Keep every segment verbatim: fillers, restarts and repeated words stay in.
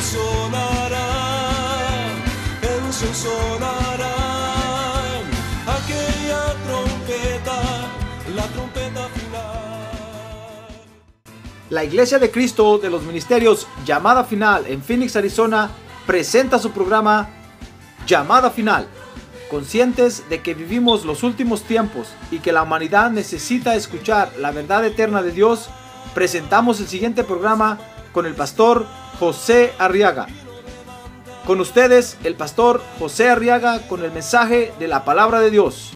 sonará, eso sonará, aquella trompeta, la trompeta final. La Iglesia de Cristo de los Ministerios Llamada Final en Phoenix, Arizona, presenta su programa Llamada Final. Conscientes de que vivimos los últimos tiempos y que la humanidad necesita escuchar la verdad eterna de Dios, presentamos el siguiente programa con el pastor José Arriaga. Con ustedes, el pastor José Arriaga, con el mensaje de la palabra de Dios.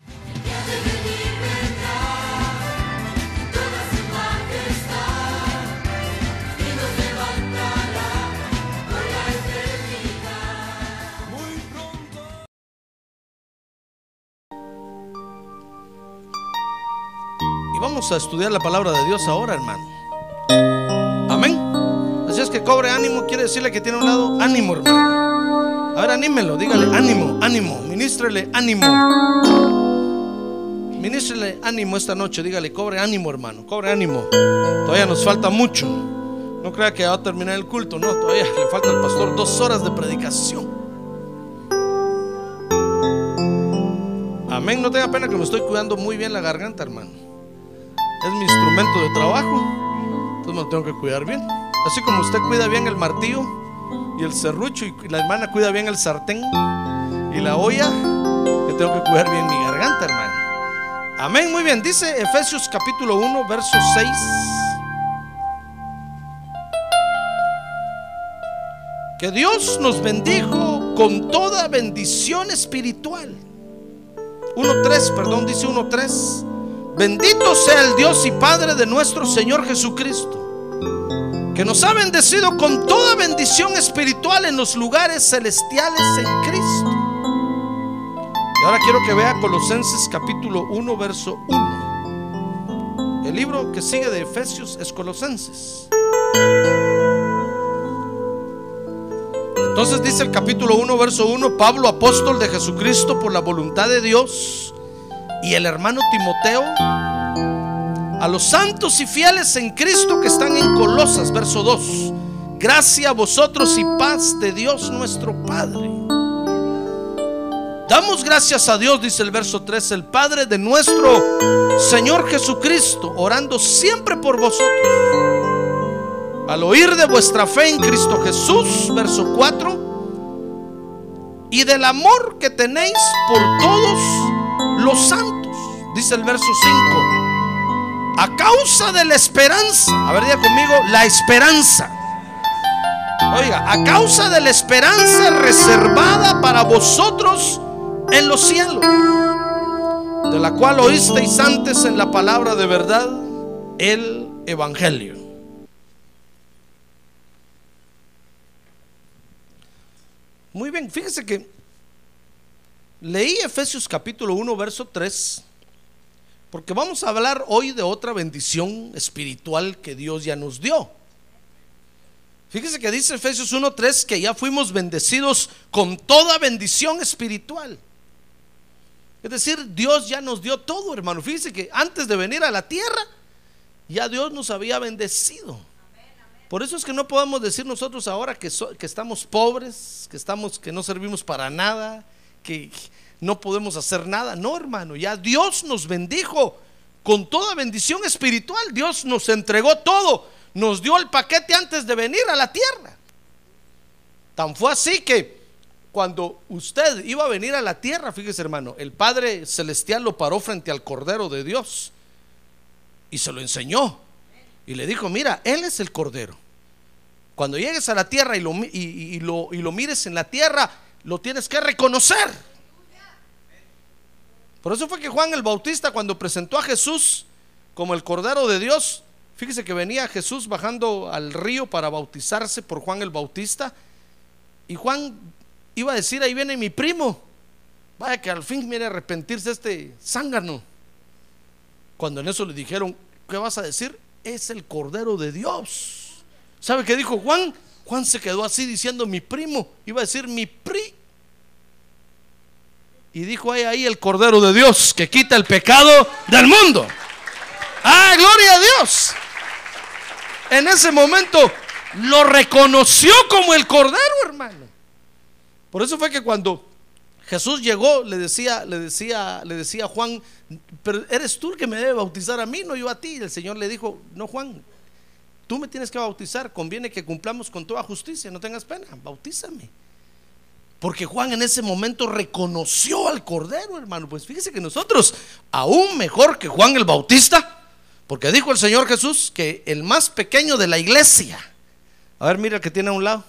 Y vamos a estudiar la palabra de Dios ahora, hermano. Amén. Así es que cobre ánimo, quiere decirle que tiene a un lado ánimo, hermano. A ver, anímelo, dígale ánimo, ánimo, ministrele ánimo. Ministrele ánimo esta noche, dígale, cobre ánimo, hermano, cobre ánimo. Todavía nos falta mucho. No crea que va a terminar el culto, no, todavía le falta al pastor dos horas de predicación. Amén, no tenga pena que me estoy cuidando muy bien la garganta, hermano. Es mi instrumento de trabajo, entonces me lo tengo que cuidar bien. Así como usted cuida bien el martillo y el serrucho, y la hermana cuida bien el sartén y la olla, yo tengo que cuidar bien mi garganta, hermano. Amén, muy bien. Dice Efesios capítulo uno, verso seis. Que Dios nos bendijo con toda bendición espiritual. uno tres, perdón, dice uno tres. Bendito sea el Dios y Padre de nuestro Señor Jesucristo, que nos ha bendecido con toda bendición espiritual en los lugares celestiales en Cristo. Y ahora quiero que vea Colosenses capítulo uno, verso uno. El libro que sigue de Efesios es Colosenses. Entonces dice el capítulo uno, verso uno: Pablo, apóstol de Jesucristo por la voluntad de Dios, y el hermano Timoteo, a los santos y fieles en Cristo que están en Colosas, verso dos. Gracia a vosotros y paz de Dios nuestro Padre. Damos gracias a Dios, dice el verso tres, el Padre de nuestro Señor Jesucristo, orando siempre por vosotros, al oír de vuestra fe en Cristo Jesús, verso cuatro, y del amor que tenéis por todos los santos, dice el verso cinco, a causa de la esperanza. A ver, diga conmigo, la esperanza. Oiga, a causa de la esperanza reservada para vosotros en los cielos, de la cual oísteis antes en la palabra de verdad, el evangelio. Muy bien, fíjese que leí Efesios capítulo uno, verso tres, porque vamos a hablar hoy de otra bendición espiritual que Dios ya nos dio. Fíjese que dice Efesios uno tres que ya fuimos bendecidos con toda bendición espiritual. Es decir, Dios ya nos dio todo, hermano. Fíjese que antes de venir a la tierra, ya Dios nos había bendecido. Por eso es que no podemos decir nosotros ahora que, so, que estamos pobres, que, estamos, que no servimos para nada, que no podemos hacer nada. No, hermano, ya Dios nos bendijo con toda bendición espiritual. Dios nos entregó todo, nos dio el paquete antes de venir a la tierra. Tan fue así que cuando usted iba a venir a la tierra, fíjese, hermano, el Padre Celestial lo paró frente al Cordero de Dios y se lo enseñó y le dijo: mira, Él es el Cordero. Cuando llegues a la tierra y lo, y, y, lo, y lo mires en la tierra, lo tienes que reconocer. Por eso fue que Juan el Bautista, cuando presentó a Jesús como el Cordero de Dios, fíjese que venía Jesús bajando al río para bautizarse por Juan el Bautista, y Juan iba a decir: ahí viene mi primo, vaya que al fin viene a arrepentirse este zángano. Cuando en eso le dijeron: ¿qué vas a decir? Es el Cordero de Dios. ¿Sabe qué dijo Juan? Juan se quedó así diciendo mi primo, iba a decir mi pri, y dijo: ahí, ahí el Cordero de Dios que quita el pecado del mundo. ¡Ah, gloria a Dios! En ese momento Lo reconoció como el Cordero, hermano. Por eso fue que cuando Jesús llegó, le decía, le decía, le decía a Juan: pero eres tú el que me debe bautizar a mí, no yo a ti. Y el Señor le dijo: no, Juan, tú me tienes que bautizar, conviene que cumplamos con toda justicia, no tengas pena, bautízame. Porque Juan en ese momento reconoció al Cordero, hermano. Pues fíjese que nosotros, aún mejor que Juan el Bautista, porque dijo el Señor Jesús que el más pequeño de la iglesia, a ver, mira el que tiene a un lado,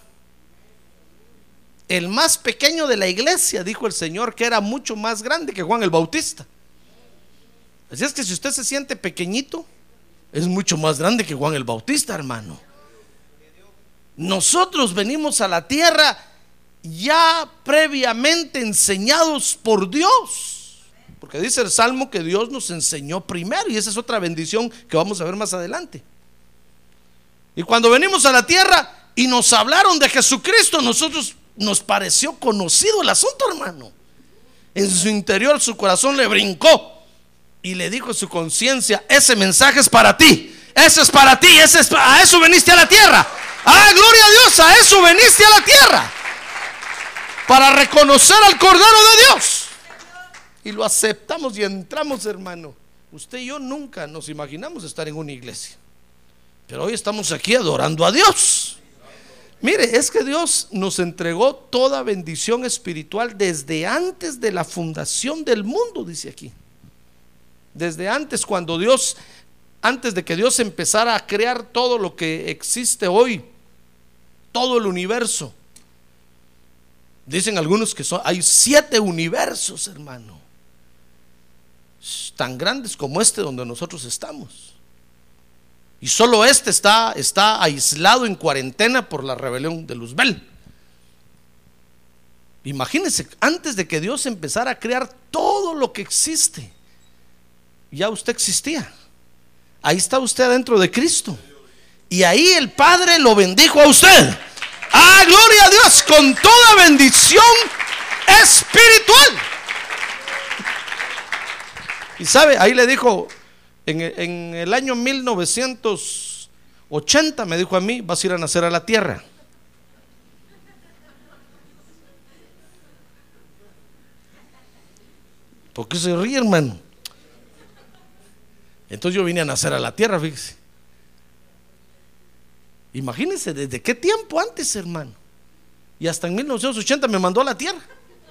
el más pequeño de la iglesia, dijo el Señor que era mucho más grande que Juan el Bautista. Así es que si usted se siente pequeñito, es mucho más grande que Juan el Bautista, hermano. Nosotros venimos a la tierra ya previamente enseñados por Dios, porque dice el Salmo que Dios nos enseñó primero, y esa es otra bendición que vamos a ver más adelante. Y cuando venimos a la tierra y nos hablaron de Jesucristo, nosotros nos pareció conocido el asunto, hermano. En su interior, su corazón le brincó y le dijo a su conciencia: ese mensaje es para ti, ese es para ti, ese es, a eso veniste a la tierra. Ah, gloria a Dios, a eso veniste a la tierra, para reconocer al Cordero de Dios. Y lo aceptamos y entramos, hermano. Usted y yo nunca nos imaginamos estar en una iglesia, pero hoy estamos aquí adorando a Dios. Mire, es que Dios nos entregó toda bendición espiritual desde antes de la fundación del mundo, dice aquí. Desde antes, cuando Dios, antes de que Dios empezara a crear todo lo que existe hoy, todo el universo. Dicen algunos que son, hay siete universos, hermano, tan grandes como este donde nosotros estamos. Y solo este está, está aislado en cuarentena por la rebelión de Luzbel. Imagínense, antes de que Dios empezara a crear todo lo que existe, ya usted existía. Ahí está usted adentro de Cristo, y ahí el Padre lo bendijo a usted. Ah, gloria a Dios, con toda bendición espiritual. Y sabe, ahí le dijo, en, en el año mil novecientos ochenta me dijo a mí: vas a ir a nacer a la tierra. ¿Por qué se ríe, hermano? Entonces yo vine a nacer a la tierra, fíjese. Imagínense desde qué tiempo antes, hermano. Y hasta en mil novecientos ochenta me mandó a la tierra.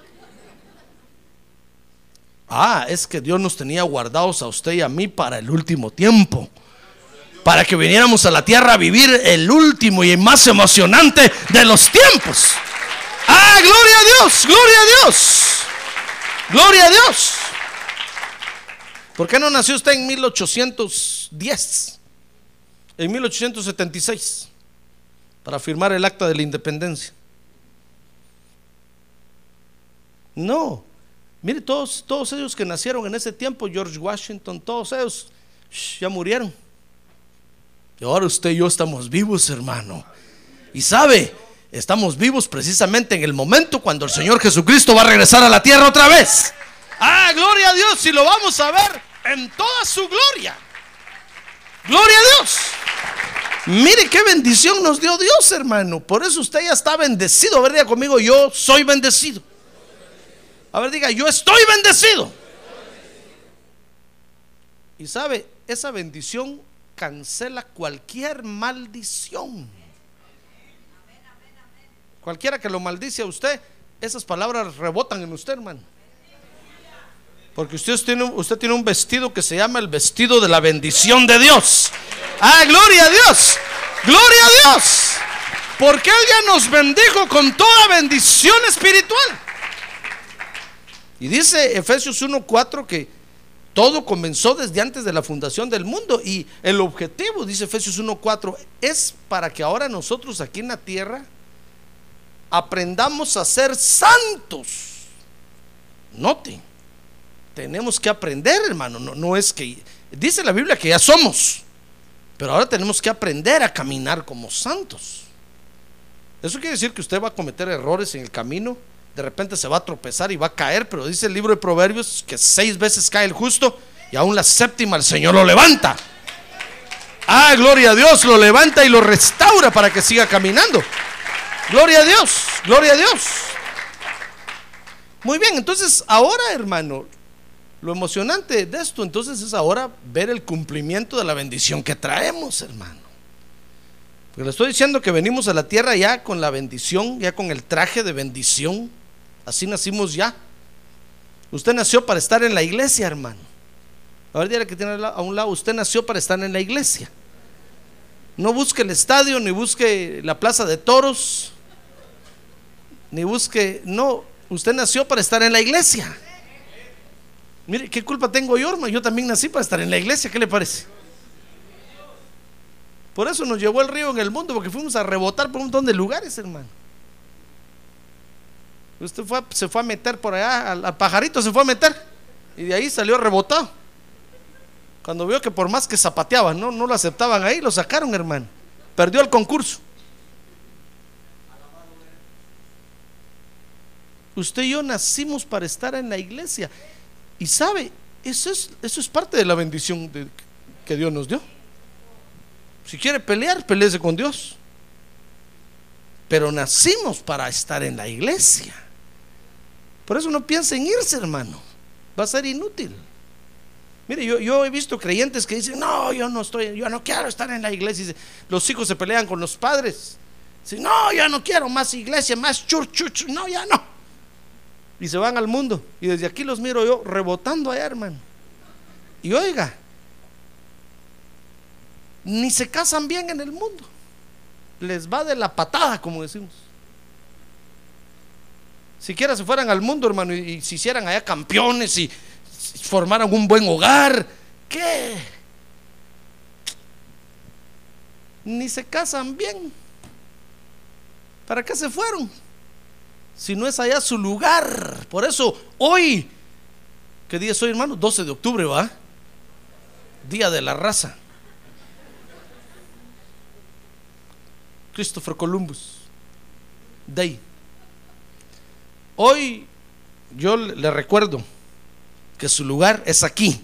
Ah, es que Dios nos tenía guardados a usted y a mí para el último tiempo, para que viniéramos a la tierra a vivir el último y más emocionante de los tiempos. Ah, gloria a Dios, gloria a Dios, gloria a Dios. ¿Por qué no nació usted en mil ochocientos diez, en mil ochocientos setenta y seis, para firmar el acta de la independencia? No, mire, todos, todos ellos que nacieron en ese tiempo, George Washington, todos ellos shh, ya murieron. Y ahora usted y yo estamos vivos, hermano. Y sabe, estamos vivos precisamente en el momento cuando el Señor Jesucristo va a regresar a la tierra otra vez. Ah, gloria a Dios, y lo vamos a ver en toda su gloria. Gloria a Dios. Mire qué bendición nos dio Dios, hermano. Por eso usted ya está bendecido. A ver, diga conmigo: yo soy bendecido. A ver, diga: yo estoy bendecido. Y sabe, esa bendición cancela cualquier maldición. Cualquiera que lo maldice a usted, esas palabras rebotan en usted, hermano. Porque usted tiene, usted tiene un vestido que se llama el vestido de la bendición de Dios. Ah, gloria a Dios, gloria a Dios. Porque Él ya nos bendijo con toda bendición espiritual. Y dice Efesios uno cuatro que todo comenzó desde antes de la fundación del mundo. Y el objetivo, dice Efesios uno cuatro, es para que ahora nosotros aquí en la tierra aprendamos a ser santos. Note, tenemos que aprender, hermano. No, no es que, dice la Biblia que ya somos, pero ahora tenemos que aprender a caminar como santos. Eso quiere decir que usted va a cometer errores en el camino. De repente se va a tropezar y va a caer, pero dice el libro de Proverbios que seis veces cae el justo y aún la séptima el Señor lo levanta. Ah, gloria a Dios, lo levanta y lo restaura para que siga caminando. Gloria a Dios, gloria a Dios. Muy bien, entonces ahora, hermano, lo emocionante de esto entonces es ahora ver el cumplimiento de la bendición que traemos, hermano. Porque le estoy diciendo que venimos a la tierra ya con la bendición, ya con el traje de bendición. Así nacimos ya. Usted nació para estar en la iglesia, hermano. A ver, dígale que tiene a un lado, usted nació para estar en la iglesia. No busque el estadio, ni busque la plaza de toros, ni busque, no, usted nació para estar en la iglesia. Mire, ¿qué culpa tengo yo, hermano? Yo también nací para estar en la iglesia, ¿qué le parece? Por eso nos llevó el río en el mundo, porque fuimos a rebotar por un montón de lugares, hermano. Usted fue, se fue a meter por allá, al, al pajarito se fue a meter, y de ahí salió rebotado. Cuando vio que por más que zapateaban, no, no lo aceptaban ahí, lo sacaron, hermano. Perdió el concurso. Usted y yo nacimos para estar en la iglesia. Y sabe, eso es, eso es parte de la bendición de, que Dios nos dio. Si quiere pelear, peleese con Dios. Pero nacimos para estar en la iglesia. Por eso no piense en irse, hermano. Va a ser inútil. Mire, yo, yo he visto creyentes que dicen: no, yo no estoy, yo no quiero estar en la iglesia. Dice, los hijos se pelean con los padres. Dicen: no, ya no quiero más iglesia, más church, church, no, ya no. Y se van al mundo. Y desde aquí los miro yo rebotando allá, hermano. Y oiga, ni se casan bien en el mundo. Les va de la patada, como decimos. Siquiera se fueran al mundo, hermano, y, y se hicieran allá campeones y formaran un buen hogar, ¿qué? Ni se casan bien. ¿Para qué se fueron? Si no es allá su lugar. Por eso hoy, ¿qué día es hoy, hermano? doce de octubre, ¿va? Día de la raza. Christopher Columbus Day. Hoy yo le recuerdo que su lugar es aquí.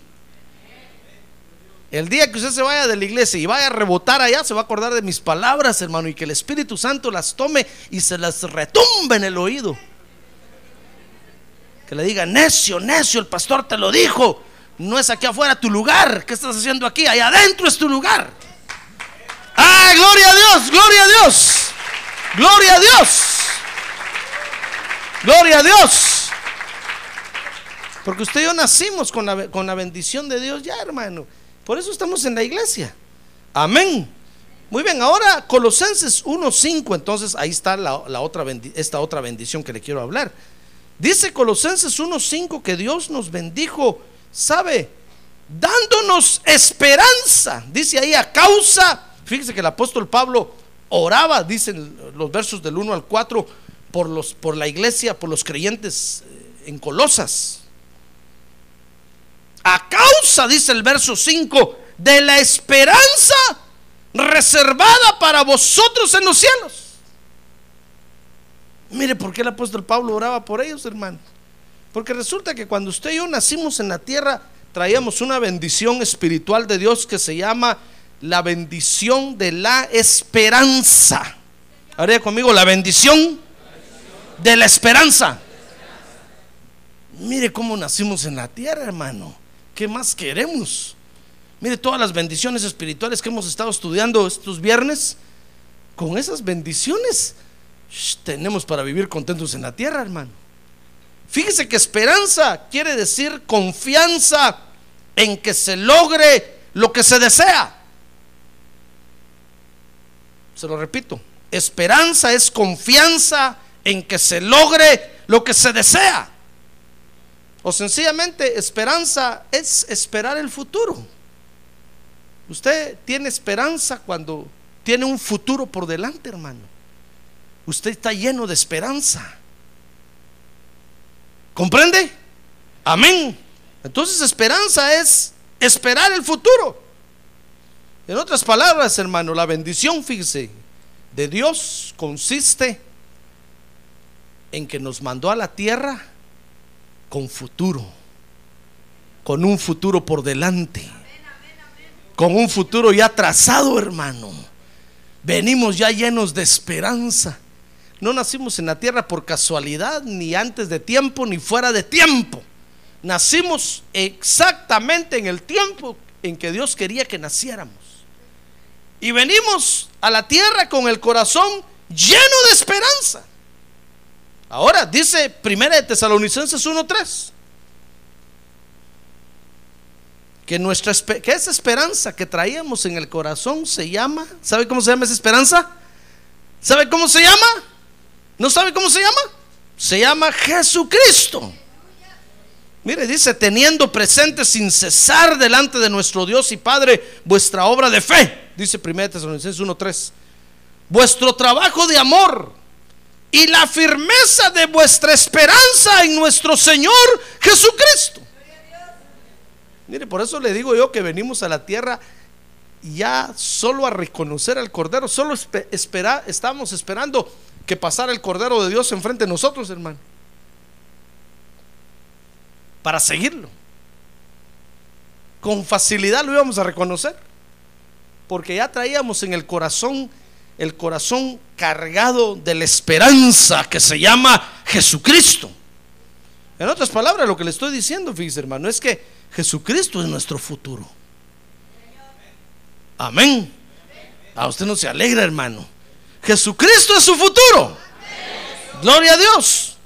El día que usted se vaya de la iglesia y vaya a rebotar allá, se va a acordar de mis palabras, hermano, y que el Espíritu Santo las tome y se las retumbe en el oído. Que le diga: necio, necio, el pastor te lo dijo. No es aquí afuera tu lugar. ¿Qué estás haciendo aquí? Allá adentro es tu lugar. ¡Ah, gloria a Dios! ¡Gloria a Dios! ¡Gloria a Dios! ¡Gloria a Dios! Porque usted y yo nacimos con la, con la bendición de Dios ya, hermano. Por eso estamos en la iglesia. Amén. Muy bien, ahora Colosenses uno cinco. Entonces ahí está la, la otra bendi- esta otra bendición que le quiero hablar. Dice Colosenses uno cinco que Dios nos bendijo, ¿sabe? Dándonos esperanza. Dice ahí: a causa, fíjese que el apóstol Pablo oraba, dicen los versos del uno al cuatro, por, los, por la iglesia, por los creyentes en Colosas. A causa, dice el verso cinco, de la esperanza reservada para vosotros en los cielos. Mire por qué el apóstol Pablo oraba por ellos, hermano. Porque resulta que cuando usted y yo nacimos en la tierra, traíamos una bendición espiritual de Dios que se llama la bendición de la esperanza. Ahora conmigo: la bendición de la esperanza. Mire cómo nacimos en la tierra, hermano. ¿Qué más queremos? Mire todas las bendiciones espirituales que hemos estado estudiando estos viernes. Con esas bendiciones shh, tenemos para vivir contentos en la tierra, hermano. Fíjese que esperanza quiere decir confianza en que se logre lo que se desea. Se lo repito: esperanza es confianza en que se logre lo que se desea. O sencillamente, esperanza es esperar el futuro. Usted tiene esperanza cuando tiene un futuro por delante, hermano. Usted está lleno de esperanza. ¿Comprende? Amén. Entonces, esperanza es esperar el futuro. En otras palabras, hermano, la bendición, fíjese, de Dios consiste en que nos mandó a la tierra con futuro, con un futuro por delante. con un futuro ya trazado, hermano. Venimos ya llenos de esperanza. No nacimos en la tierra por casualidad, ni antes de tiempo, ni fuera de tiempo. Nacimos exactamente en el tiempo en que Dios quería que naciéramos. Y venimos a la tierra con el corazón lleno de esperanza. Ahora dice Primera de Tesalonicenses uno tres que nuestra que esa esperanza que traíamos en el corazón se llama, ¿sabe cómo se llama esa esperanza? ¿Sabe cómo se llama? ¿No sabe cómo se llama? Se llama Jesucristo. Mire, dice: teniendo presente sin cesar delante de nuestro Dios y Padre vuestra obra de fe, dice Primera de Tesalonicenses uno tres, vuestro trabajo de amor y la firmeza de vuestra esperanza en nuestro Señor Jesucristo. Mire, por eso le digo yo que venimos a la tierra ya solo a reconocer al Cordero. Solo espera, estamos esperando que pasara el Cordero de Dios enfrente de nosotros, hermano, para seguirlo. Con facilidad lo íbamos a reconocer, porque ya traíamos en el corazón el corazón cargado de la esperanza que se llama Jesucristo. En otras palabras, lo que le estoy diciendo, fíjese, hermano, es que Jesucristo es nuestro futuro. Amén. A usted no se alegra, hermano. Jesucristo es su futuro. Gloria a Dios.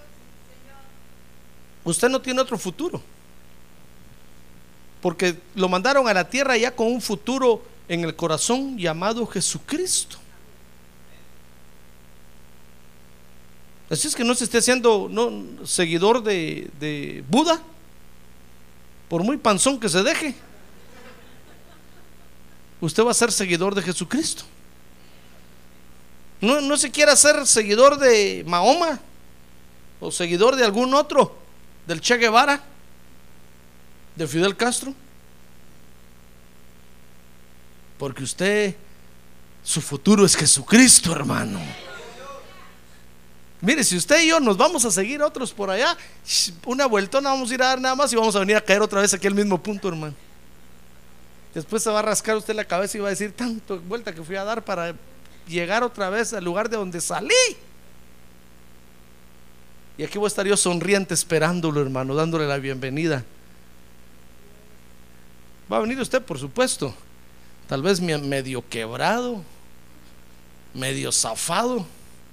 Usted no tiene otro futuro, porque lo mandaron a la tierra ya con un futuro en el corazón llamado Jesucristo. Así es que no se esté haciendo no, seguidor de, de Buda, por muy panzón que se deje. Usted va a ser seguidor de Jesucristo. No, no se quiera ser seguidor de Mahoma o seguidor de algún otro, del Che Guevara, de Fidel Castro, porque usted, su futuro es Jesucristo, hermano. Mire, si usted y yo nos vamos a seguir otros por allá, una vueltona vamos a ir a dar nada más y vamos a venir a caer otra vez aquí al mismo punto, hermano. Después se va a rascar usted la cabeza y va a decir: tanto vuelta que fui a dar para llegar otra vez al lugar de donde salí. Y aquí voy a estar yo sonriente esperándolo, hermano, dándole la bienvenida. Va a venir usted, por supuesto, tal vez medio quebrado, medio zafado,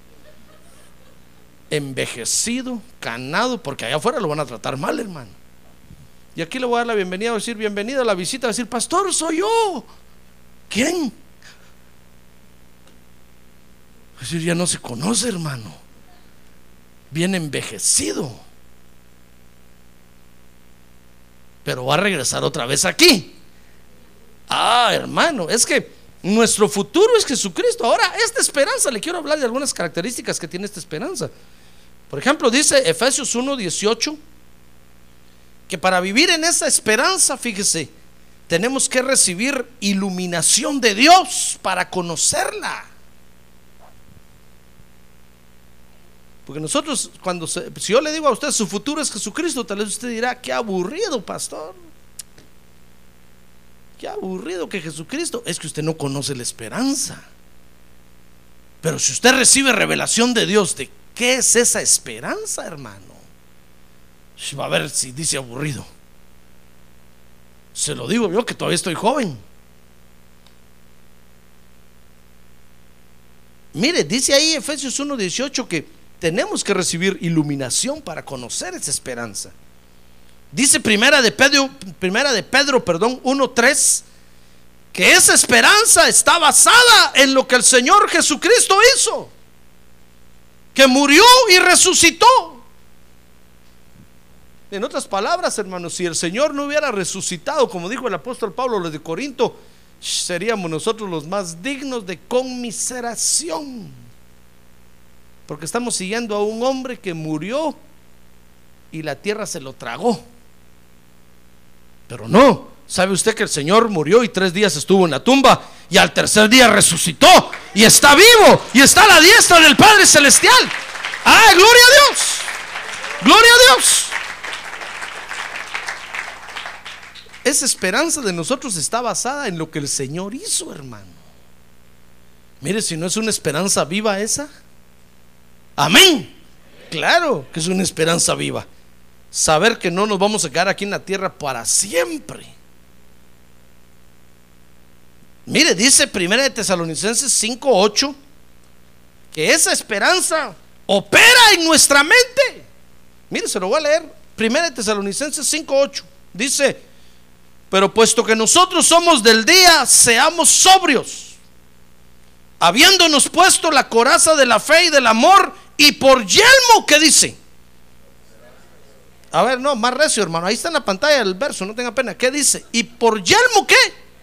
envejecido, canado, porque allá afuera lo van a tratar mal, hermano. Y aquí le voy a dar la bienvenida, voy a decir: bienvenido a la visita, voy a decir: pastor, soy yo. ¿Quién? Voy a decir: ya no se conoce, hermano, bien envejecido, pero va a regresar otra vez aquí. Ah, hermano, es que nuestro futuro es Jesucristo. Ahora, esta esperanza, le quiero hablar de algunas características que tiene esta esperanza. Por ejemplo, dice Efesios uno dieciocho que para vivir en esa esperanza, fíjese, tenemos que recibir iluminación de Dios para conocerla. Porque nosotros, cuando se, si yo le digo a usted su futuro es Jesucristo, tal vez usted dirá: qué aburrido, pastor, qué aburrido que Jesucristo. Es que usted no conoce la esperanza. Pero si usted recibe revelación de Dios de qué es esa esperanza, hermano, va a ver si dice aburrido. Se lo digo yo, que todavía estoy joven. Mire, dice ahí Efesios uno dieciocho que tenemos que recibir iluminación para conocer esa esperanza. Dice Primera de Pedro, Primera de Pedro, perdón, uno tres, que esa esperanza está basada en lo que el Señor Jesucristo hizo, que murió y resucitó. En otras palabras, hermanos, si el Señor no hubiera resucitado, como dijo el apóstol Pablo a los de Corinto, seríamos nosotros los más dignos de conmiseración, porque estamos siguiendo a un hombre que murió y la tierra se lo tragó. Pero no, ¿sabe usted que el Señor murió y tres días estuvo en la tumba y al tercer día resucitó y está vivo y está a la diestra del Padre Celestial? ¡Ah, gloria a Dios! ¡Gloria a Dios! esa esperanza de nosotros está basada en lo que el Señor hizo, hermano. Mire, si no es una esperanza viva esa. Amén. Claro que es una esperanza viva. Saber que no nos vamos a quedar aquí en la tierra para siempre. Mire, dice primera de Tesalonicenses cinco ocho que esa esperanza opera en nuestra mente. Mire, se lo voy a leer. primera de Tesalonicenses cinco ocho dice: pero puesto que nosotros somos del día, seamos sobrios, habiéndonos puesto la coraza de la fe y del amor, y por yelmo, ¿qué dice? A ver, no, más recio, hermano. Ahí está en la pantalla el verso, no tenga pena. ¿Qué dice? ¿Y por yelmo qué?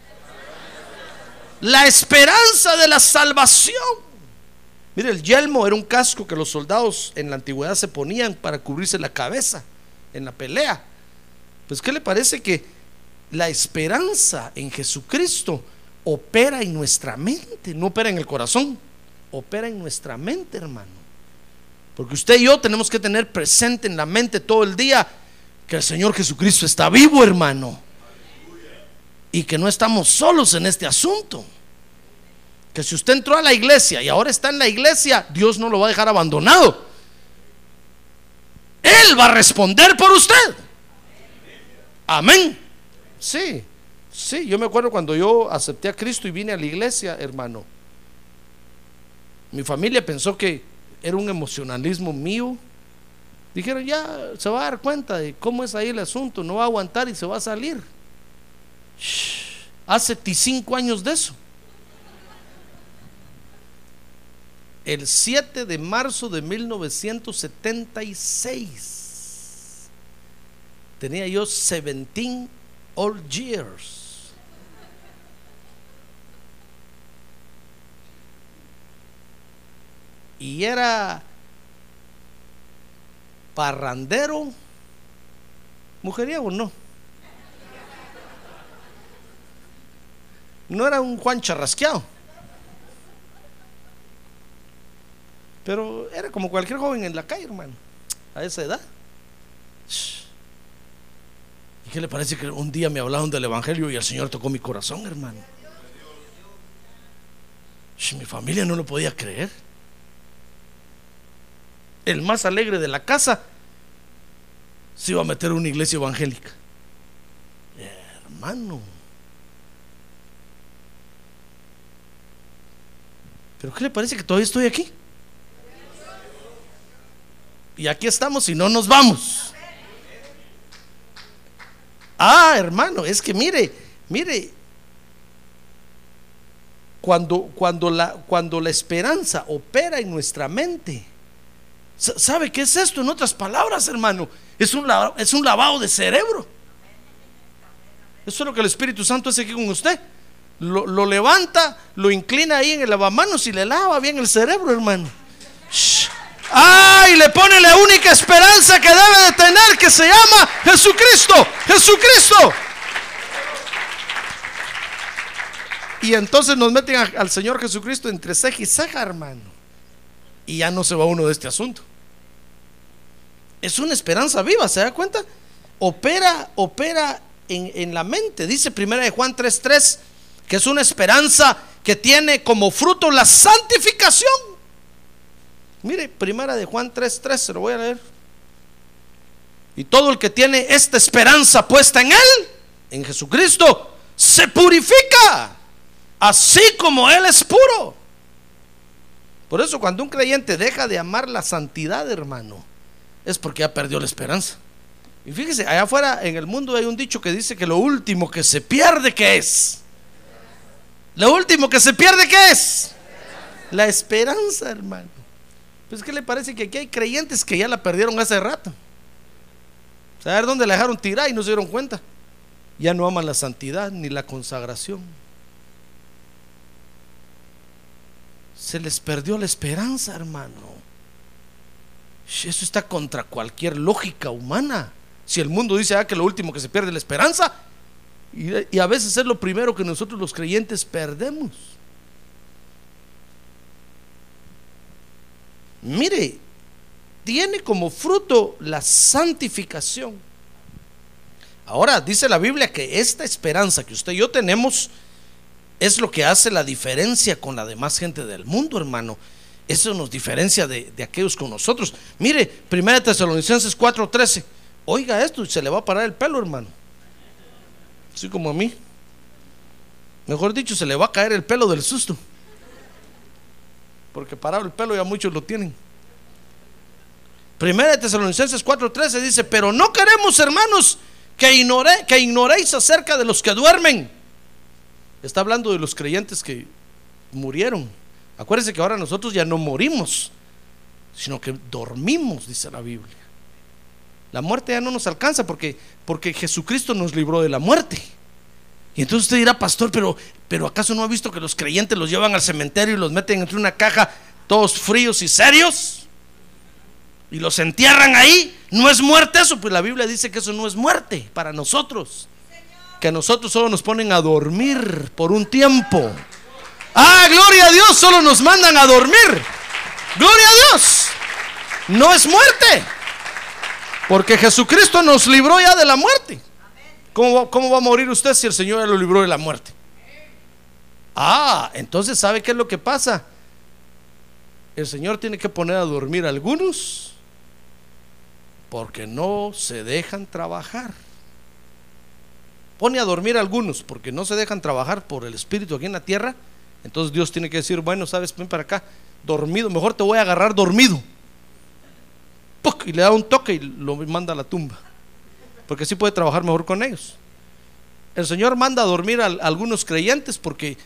La esperanza de la salvación. Mire, el yelmo era un casco que los soldados en la antigüedad se ponían para cubrirse la cabeza en la pelea. Pues, ¿qué le parece que la esperanza en Jesucristo opera en nuestra mente? No opera en el corazón, opera en nuestra mente, hermano. Porque usted y yo tenemos que tener presente en la mente todo el día que el Señor Jesucristo está vivo, hermano, y que no estamos solos en este asunto. Que si usted entró a la iglesia y ahora está en la iglesia, Dios no lo va a dejar abandonado. Él va a responder por usted. Amén. Sí, sí, yo me acuerdo cuando yo acepté a Cristo y vine a la iglesia, hermano. Mi familia pensó que era un emocionalismo mío. Dijeron, ya se va a dar cuenta de cómo es ahí el asunto, no va a aguantar y se va a salir. Shh, hace cinco años de eso. El siete de marzo de mil novecientos setenta y seis tenía yo diecisiete old years. Y era parrandero, mujeriego, no. No era un Juan charrasqueado, pero era como cualquier joven en la calle, hermano, a esa edad. ¿Y qué le parece que un día me hablaron del evangelio y el Señor tocó mi corazón, hermano? Mi familia no lo podía creer. El más alegre de la casa se iba a meter a una iglesia evangélica, hermano. ¿Pero qué le parece que todavía estoy aquí? Y aquí estamos y no nos vamos. Ah, hermano, es que mire, mire, cuando, cuando, la, cuando la esperanza opera en nuestra mente, ¿sabe qué es esto? En otras palabras, hermano, es un lavado, es un lavado de cerebro. Eso es lo que el Espíritu Santo hace aquí con usted. Lo, lo levanta, lo inclina ahí en el lavamanos y le lava bien el cerebro, hermano. Shh. ¡Ay! Le pone la única esperanza que debe de tener, que se llama Jesucristo. Jesucristo. Y entonces nos meten a, al Señor Jesucristo entre ceja y ceja, hermano, y ya no se va uno de este asunto. Es una esperanza viva, ¿se da cuenta? Opera, opera en, en la mente. Dice primera de Juan tres tres que es una esperanza que tiene como fruto la santificación. Mire, primera de Juan tres tres, se lo voy a leer. Y todo el que tiene esta esperanza puesta en Él, en Jesucristo, se purifica, así como Él es puro. Por eso cuando un creyente deja de amar la santidad, hermano, es porque ya perdió la esperanza. Y fíjese, allá afuera en el mundo hay un dicho que dice que lo último que se pierde, ¿qué es? Lo último que se pierde, ¿qué es? La esperanza, hermano. Pues ¿qué le parece que aquí hay creyentes que ya la perdieron hace rato? ¿Saber dónde la dejaron tirar y no se dieron cuenta? Ya no aman la santidad ni la consagración. Se les perdió la esperanza, hermano. Eso está contra cualquier lógica humana. Si el mundo dice ah, que lo último que se pierde es la esperanza, y, y a veces es lo primero que nosotros los creyentes perdemos. Mire, tiene como fruto la santificación. Ahora dice la Biblia que esta esperanza que usted y yo tenemos es lo que hace la diferencia con la demás gente del mundo, hermano. Eso nos diferencia de, de aquellos con nosotros. Mire, primera Tesalonicenses cuatro trece. Oiga esto y se le va a parar el pelo, hermano. Así como a mí. Mejor dicho, se le va a caer el pelo del susto. Porque parado el pelo ya muchos lo tienen. Primera Tesalonicenses cuatro trece dice: pero no queremos, hermanos, que, ignore, que ignoréis acerca de los que duermen. Está hablando de los creyentes que murieron. Acuérdense que ahora nosotros ya no morimos, sino que dormimos, dice la Biblia. La muerte ya no nos alcanza porque, porque Jesucristo nos libró de la muerte. Y entonces usted dirá: pastor, pero, pero ¿acaso no ha visto que los creyentes los llevan al cementerio y los meten entre una caja, todos fríos y serios, y los entierran ahí? ¿No es muerte eso? Pues la Biblia dice que eso no es muerte para nosotros, que a nosotros solo nos ponen a dormir por un tiempo. Ah, gloria a Dios, solo nos mandan a dormir. Gloria a Dios. No es muerte, porque Jesucristo nos libró ya de la muerte. ¿Cómo va, cómo va a morir usted si el Señor ya lo libró de la muerte? Ah, entonces ¿sabe qué es lo que pasa? El Señor tiene que poner a dormir a algunos porque no se dejan trabajar. Pone a dormir a algunos porque no se dejan trabajar por el Espíritu aquí en la tierra. Entonces Dios tiene que decir: bueno, sabes, ven para acá, dormido, mejor te voy a agarrar dormido. ¡Puc! Y le da un toque y lo manda a la tumba, porque así puede trabajar mejor con ellos. El Señor manda a dormir a, a algunos creyentes porque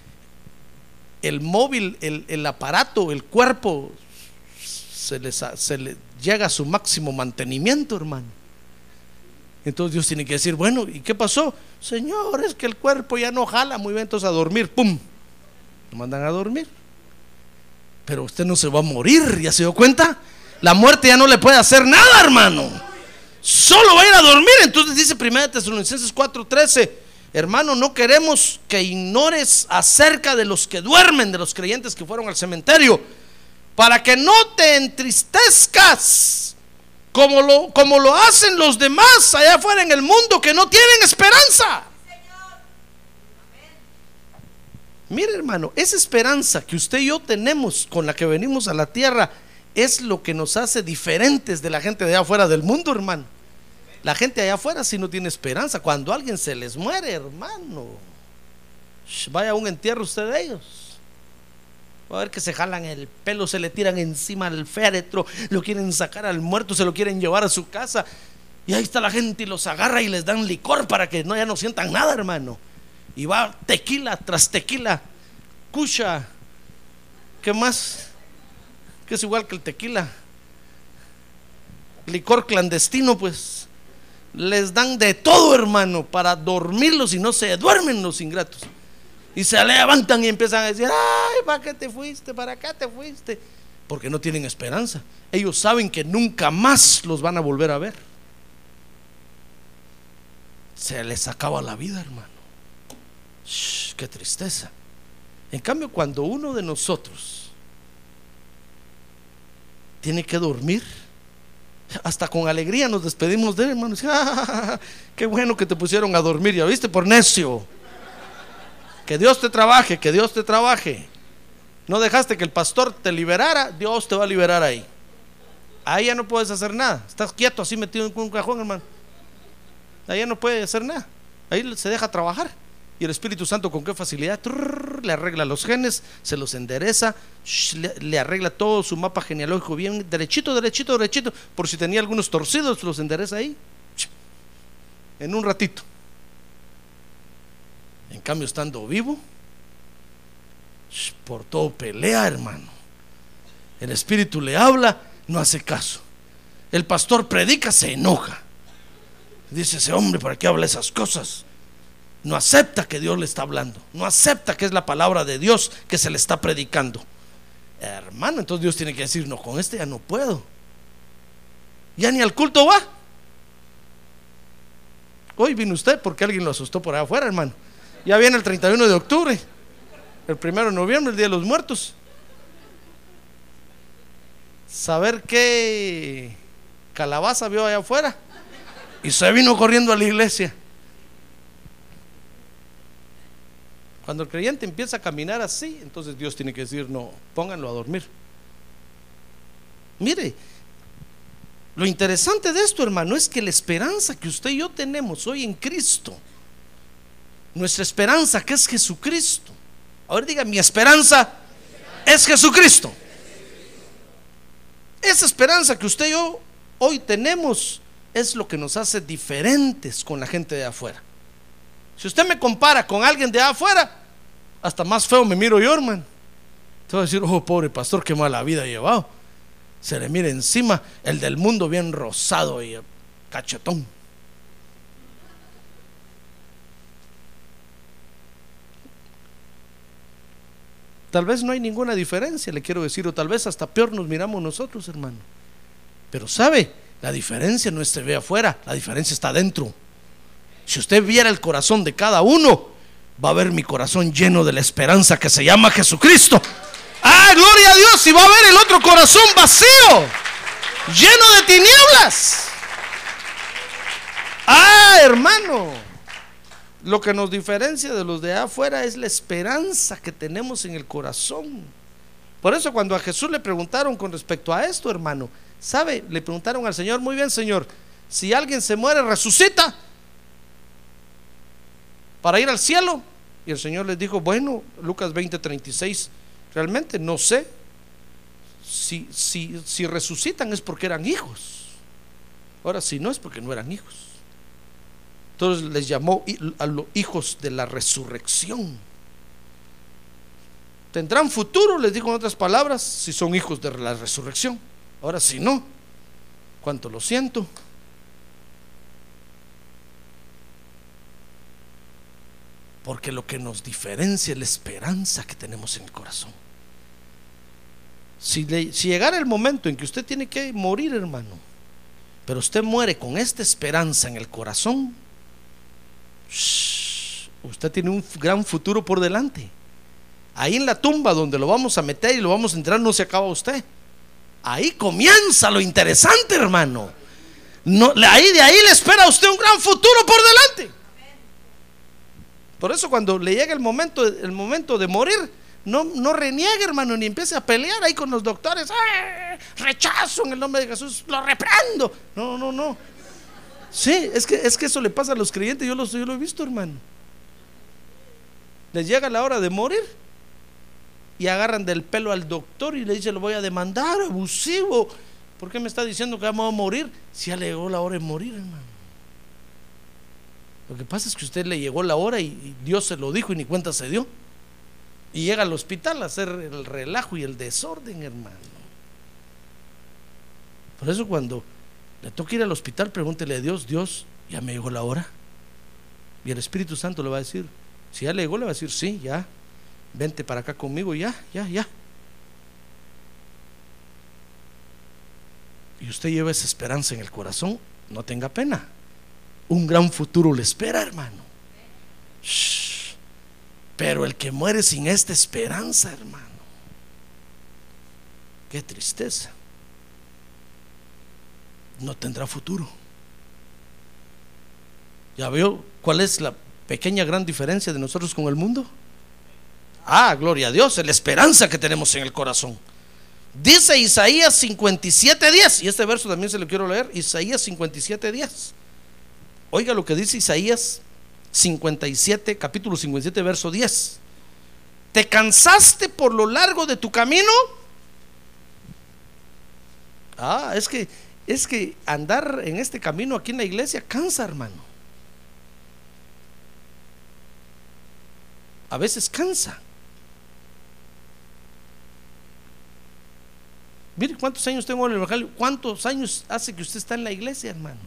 el móvil, el, el aparato, el cuerpo se les, se les llega a su máximo mantenimiento, hermano. Entonces Dios tiene que decir: bueno, ¿y qué pasó? Señor, es que el cuerpo ya no jala muy bien, entonces a dormir. ¡Pum! Lo mandan a dormir. Pero usted no se va a morir, ¿ya se dio cuenta? La muerte ya no le puede hacer nada, hermano. Solo va a ir a dormir. Entonces dice primera Tesalonicenses cuatro trece: hermano, no queremos que ignores acerca de los que duermen, de los creyentes que fueron al cementerio, para que no te entristezcas como lo, como lo hacen los demás allá afuera en el mundo, que no tienen esperanza. Mire, hermano, esa esperanza que usted y yo tenemos, con la que venimos a la tierra, es lo que nos hace diferentes de la gente de allá afuera del mundo, hermano. La gente allá afuera sí no tiene esperanza. Cuando alguien se les muere, hermano, vaya a un entierro usted de ellos, va a ver que se jalan el pelo, se le tiran encima al féretro, lo quieren sacar al muerto, se lo quieren llevar a su casa, y ahí está la gente y los agarra y les dan licor para que no, ya no sientan nada, hermano. Y va tequila tras tequila, cucha, ¿qué más? Que es igual que el tequila, licor clandestino, pues les dan de todo, hermano, para dormirlos, y no se duermen los ingratos. Y se levantan y empiezan a decir: ay, ¿para qué te fuiste? ¿Para acá te fuiste? Porque no tienen esperanza. Ellos saben que nunca más los van a volver a ver. Se les acaba la vida, hermano. Shh, qué tristeza. En cambio, cuando uno de nosotros tiene que dormir, hasta con alegría nos despedimos de él, hermano. Ah, qué bueno que te pusieron a dormir, ya viste, por necio. Que Dios te trabaje, que Dios te trabaje. No dejaste que el pastor te liberara, Dios te va a liberar ahí. Ahí ya no puedes hacer nada. Estás quieto así metido en un cajón, hermano. Ahí ya no puedes hacer nada. Ahí se deja trabajar. Y el Espíritu Santo, con qué facilidad, trrr, le arregla los genes, se los endereza, shh, le, le arregla todo su mapa genealógico bien derechito, derechito, derechito. Por si tenía algunos torcidos, los endereza ahí, shh, en un ratito. En cambio, estando vivo, shh, por todo pelea, hermano. El Espíritu le habla, no hace caso. El pastor predica, se enoja. Dice: ese hombre, ¿para qué habla esas cosas? No acepta que Dios le está hablando, no acepta que es la palabra de Dios que se le está predicando, hermano. Entonces Dios tiene que decir: no, con este ya no puedo, ya ni al culto va. Hoy vino usted porque alguien lo asustó por allá afuera, hermano. Ya viene el treinta y uno de octubre, el primero de noviembre, el Día de los Muertos. Saber qué calabaza vio allá afuera y se vino corriendo a la iglesia. Cuando el creyente empieza a caminar así, entonces Dios tiene que decir: no, pónganlo a dormir. Mire, lo interesante de esto, hermano, es que la esperanza que usted y yo tenemos hoy en Cristo, nuestra esperanza que es Jesucristo. Ahora diga: mi esperanza es Jesucristo. Esa esperanza que usted y yo hoy tenemos es lo que nos hace diferentes con la gente de afuera. Si usted me compara con alguien de afuera, hasta más feo me miro yo, hermano. Te voy a decir: oh, pobre pastor, qué mala vida ha llevado. Se le mira encima el del mundo bien rosado y cachetón. Tal vez no hay ninguna diferencia, le quiero decir, o tal vez hasta peor nos miramos nosotros, hermano. Pero sabe, la diferencia no se ve afuera, la diferencia está dentro. Si usted viera el corazón de cada uno, va a ver mi corazón lleno de la esperanza que se llama Jesucristo. ¡Ah, gloria a Dios! Y va a ver el otro corazón vacío, lleno de tinieblas. ¡Ah, hermano! Lo que nos diferencia de los de afuera es la esperanza que tenemos en el corazón. Por eso cuando a Jesús le preguntaron con respecto a esto, hermano, ¿sabe? Le preguntaron al Señor: muy bien, Señor, si alguien se muere, ¿resucita para ir al cielo? Y el Señor les dijo: bueno, Lucas veinte treinta y seis, realmente no sé. Si, si, si resucitan es porque eran hijos. Ahora, si no, es porque no eran hijos. Entonces les llamó a los hijos de la resurrección. Tendrán futuro, les dijo en otras palabras, si son hijos de la resurrección. Ahora, si no, cuánto lo siento. Porque lo que nos diferencia es la esperanza que tenemos en el corazón. Si, le, si llegara el momento en que usted tiene que morir, hermano, pero usted muere con esta esperanza en el corazón, usted tiene un gran futuro por delante. Ahí en la tumba donde lo vamos a meter y lo vamos a entrar, no se acaba usted. Ahí comienza lo interesante, hermano. No, ahí, de ahí le espera a usted un gran futuro por delante. Por eso cuando le llega el momento, el momento de morir, no, no reniegue, hermano, ni empiece a pelear ahí con los doctores. ¡Ay, rechazo en el nombre de Jesús, lo reprendo! No, no, no. Sí, es que, es que eso le pasa a los creyentes. Yo lo, yo lo he visto, hermano. Les llega la hora de morir y agarran del pelo al doctor y le dicen: lo voy a demandar, abusivo. ¿Por qué me está diciendo que vamos a morir si ya le llegó la hora de morir, hermano? Lo que pasa es que a usted le llegó la hora y Dios se lo dijo y ni cuenta se dio. Y llega al hospital a hacer el relajo y el desorden, hermano. Por eso cuando le toca ir al hospital, pregúntele a Dios: Dios, ¿ya me llegó la hora? Y el Espíritu Santo le va a decir, si ya le llegó, le va a decir: sí, ya, vente para acá conmigo, ya, ya, ya. Y usted lleva esa esperanza en el corazón, no tenga pena. Un gran futuro le espera, hermano. Shh. Pero el que muere sin esta esperanza, hermano, qué tristeza. No tendrá futuro. ¿Ya veo cuál es la pequeña gran diferencia de nosotros con el mundo? Ah, gloria a Dios, es la esperanza que tenemos en el corazón. Dice Isaías cincuenta y siete diez, y este verso también se lo quiero leer. Isaías cincuenta y siete diez. Oiga lo que dice Isaías cincuenta y siete, capítulo cincuenta y siete, verso diez. ¿Te cansaste por lo largo de tu camino? Ah, es que Es que andar en este camino aquí en la iglesia cansa, hermano. A veces cansa. Mire cuántos años tengo en el evangelio. ¿Cuántos años hace que usted está en la iglesia, hermano?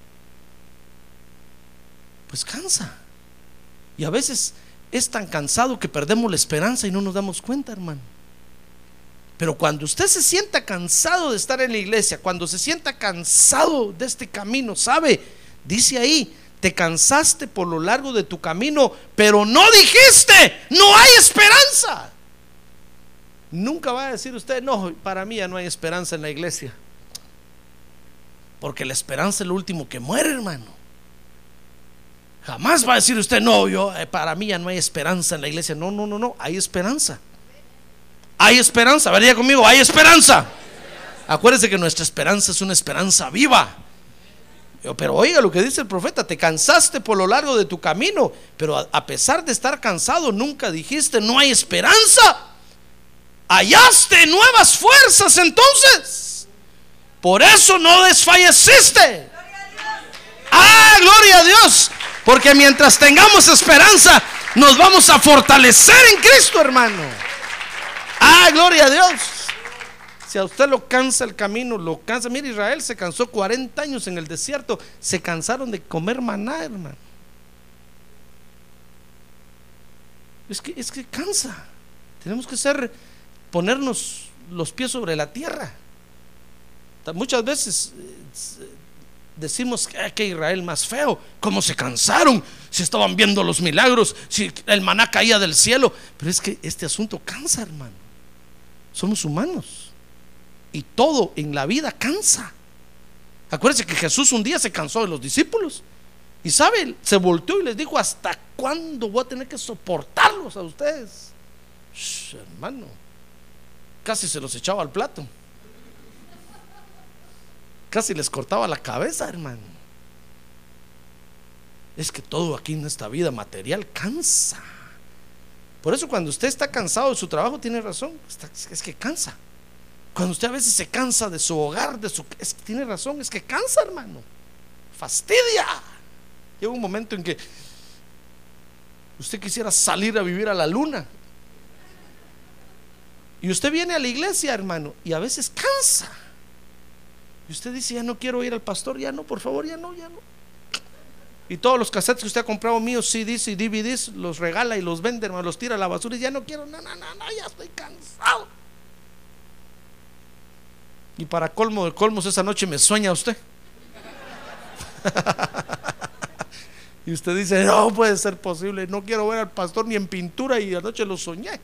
Pues cansa. Y a veces es tan cansado que perdemos la esperanza y no nos damos cuenta, hermano. Pero cuando usted se sienta cansado de estar en la iglesia, cuando se sienta cansado de este camino, ¿sabe? Dice ahí: te cansaste por lo largo de tu camino, pero no dijiste, no hay esperanza. Nunca va a decir usted: no, para mí ya no hay esperanza en la iglesia. Porque la esperanza es lo último que muere, hermano. Jamás va a decir usted, no, yo, eh, para mí ya no hay esperanza en la iglesia. No, no, no, no, hay esperanza. Hay esperanza, vería conmigo, hay esperanza. Acuérdese que nuestra esperanza es una esperanza viva. Pero oiga lo que dice el profeta: te cansaste por lo largo de tu camino, pero a, a pesar de estar cansado, nunca dijiste no hay esperanza. Hallaste nuevas fuerzas entonces. Por eso no desfalleciste. Ah, gloria a Dios. Porque mientras tengamos esperanza, nos vamos a fortalecer en Cristo, hermano. Ah, gloria a Dios. Si a usted lo cansa el camino, lo cansa. Mire, Israel se cansó cuarenta años en el desierto. Se cansaron de comer maná, hermano. Es que, es que cansa. Tenemos que ser, ponernos los pies sobre la tierra. Muchas veces decimos que, que Israel más feo, cómo se cansaron, si estaban viendo los milagros, si el maná caía del cielo. Pero es que este asunto cansa, hermano. Somos humanos y todo en la vida cansa. Acuérdense que Jesús un día se cansó de los discípulos y sabe, se volteó y les dijo: ¿hasta cuándo voy a tener que soportarlos a ustedes? Shh, hermano, casi se los echaba al plato, casi les cortaba la cabeza, hermano. Es que todo aquí en esta vida material cansa. Por eso cuando usted está cansado de su trabajo, tiene razón, está, es que cansa. Cuando usted a veces se cansa de su hogar, de su, es, tiene razón, es que cansa, hermano. Fastidia. Llega un momento en que usted quisiera salir a vivir a la luna. Y usted viene a la iglesia, hermano, y a veces cansa. Y usted dice: ya no quiero ir al pastor, ya no, por favor, ya no, ya no. Y todos los cassettes que usted ha comprado míos, C Ds y D V Ds, los regala y los vende, hermano, los tira a la basura y ya no quiero, no, no, no, no, ya estoy cansado. Y para colmo de colmos, esa noche me sueña usted. Y usted dice: no puede ser posible, no quiero ver al pastor ni en pintura, y anoche lo soñé.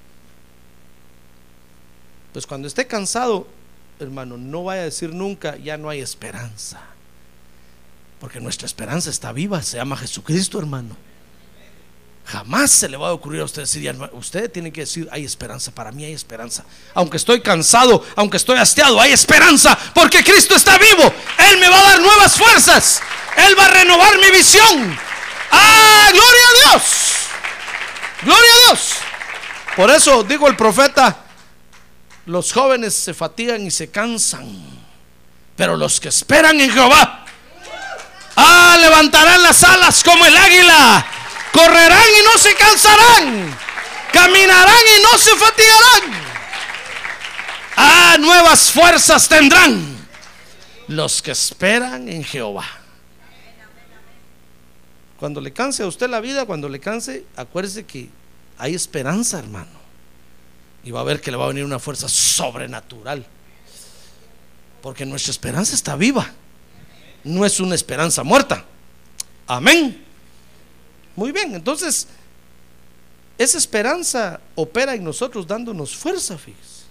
Pues cuando esté cansado, hermano, no vaya a decir nunca ya no hay esperanza, porque nuestra esperanza está viva, se llama Jesucristo, hermano. Jamás se le va a ocurrir a usted decir ya no, usted tiene que decir: hay esperanza, para mí hay esperanza. Aunque estoy cansado, aunque estoy hastiado, hay esperanza, porque Cristo está vivo. Él me va a dar nuevas fuerzas, Él va a renovar mi visión. ¡Ah, gloria a Dios! ¡Gloria a Dios! Por eso digo el profeta: los jóvenes se fatigan y se cansan, pero los que esperan en Jehová, ah, levantarán las alas como el águila, correrán y no se cansarán, caminarán y no se fatigarán. Ah, nuevas fuerzas tendrán los que esperan en Jehová. Cuando le canse a usted la vida, cuando le canse, acuérdese que hay esperanza, hermano. Y va a ver que le va a venir una fuerza sobrenatural, porque nuestra esperanza está viva, no es una esperanza muerta. Amén. Muy bien, entonces esa esperanza opera en nosotros dándonos fuerza, fíjese.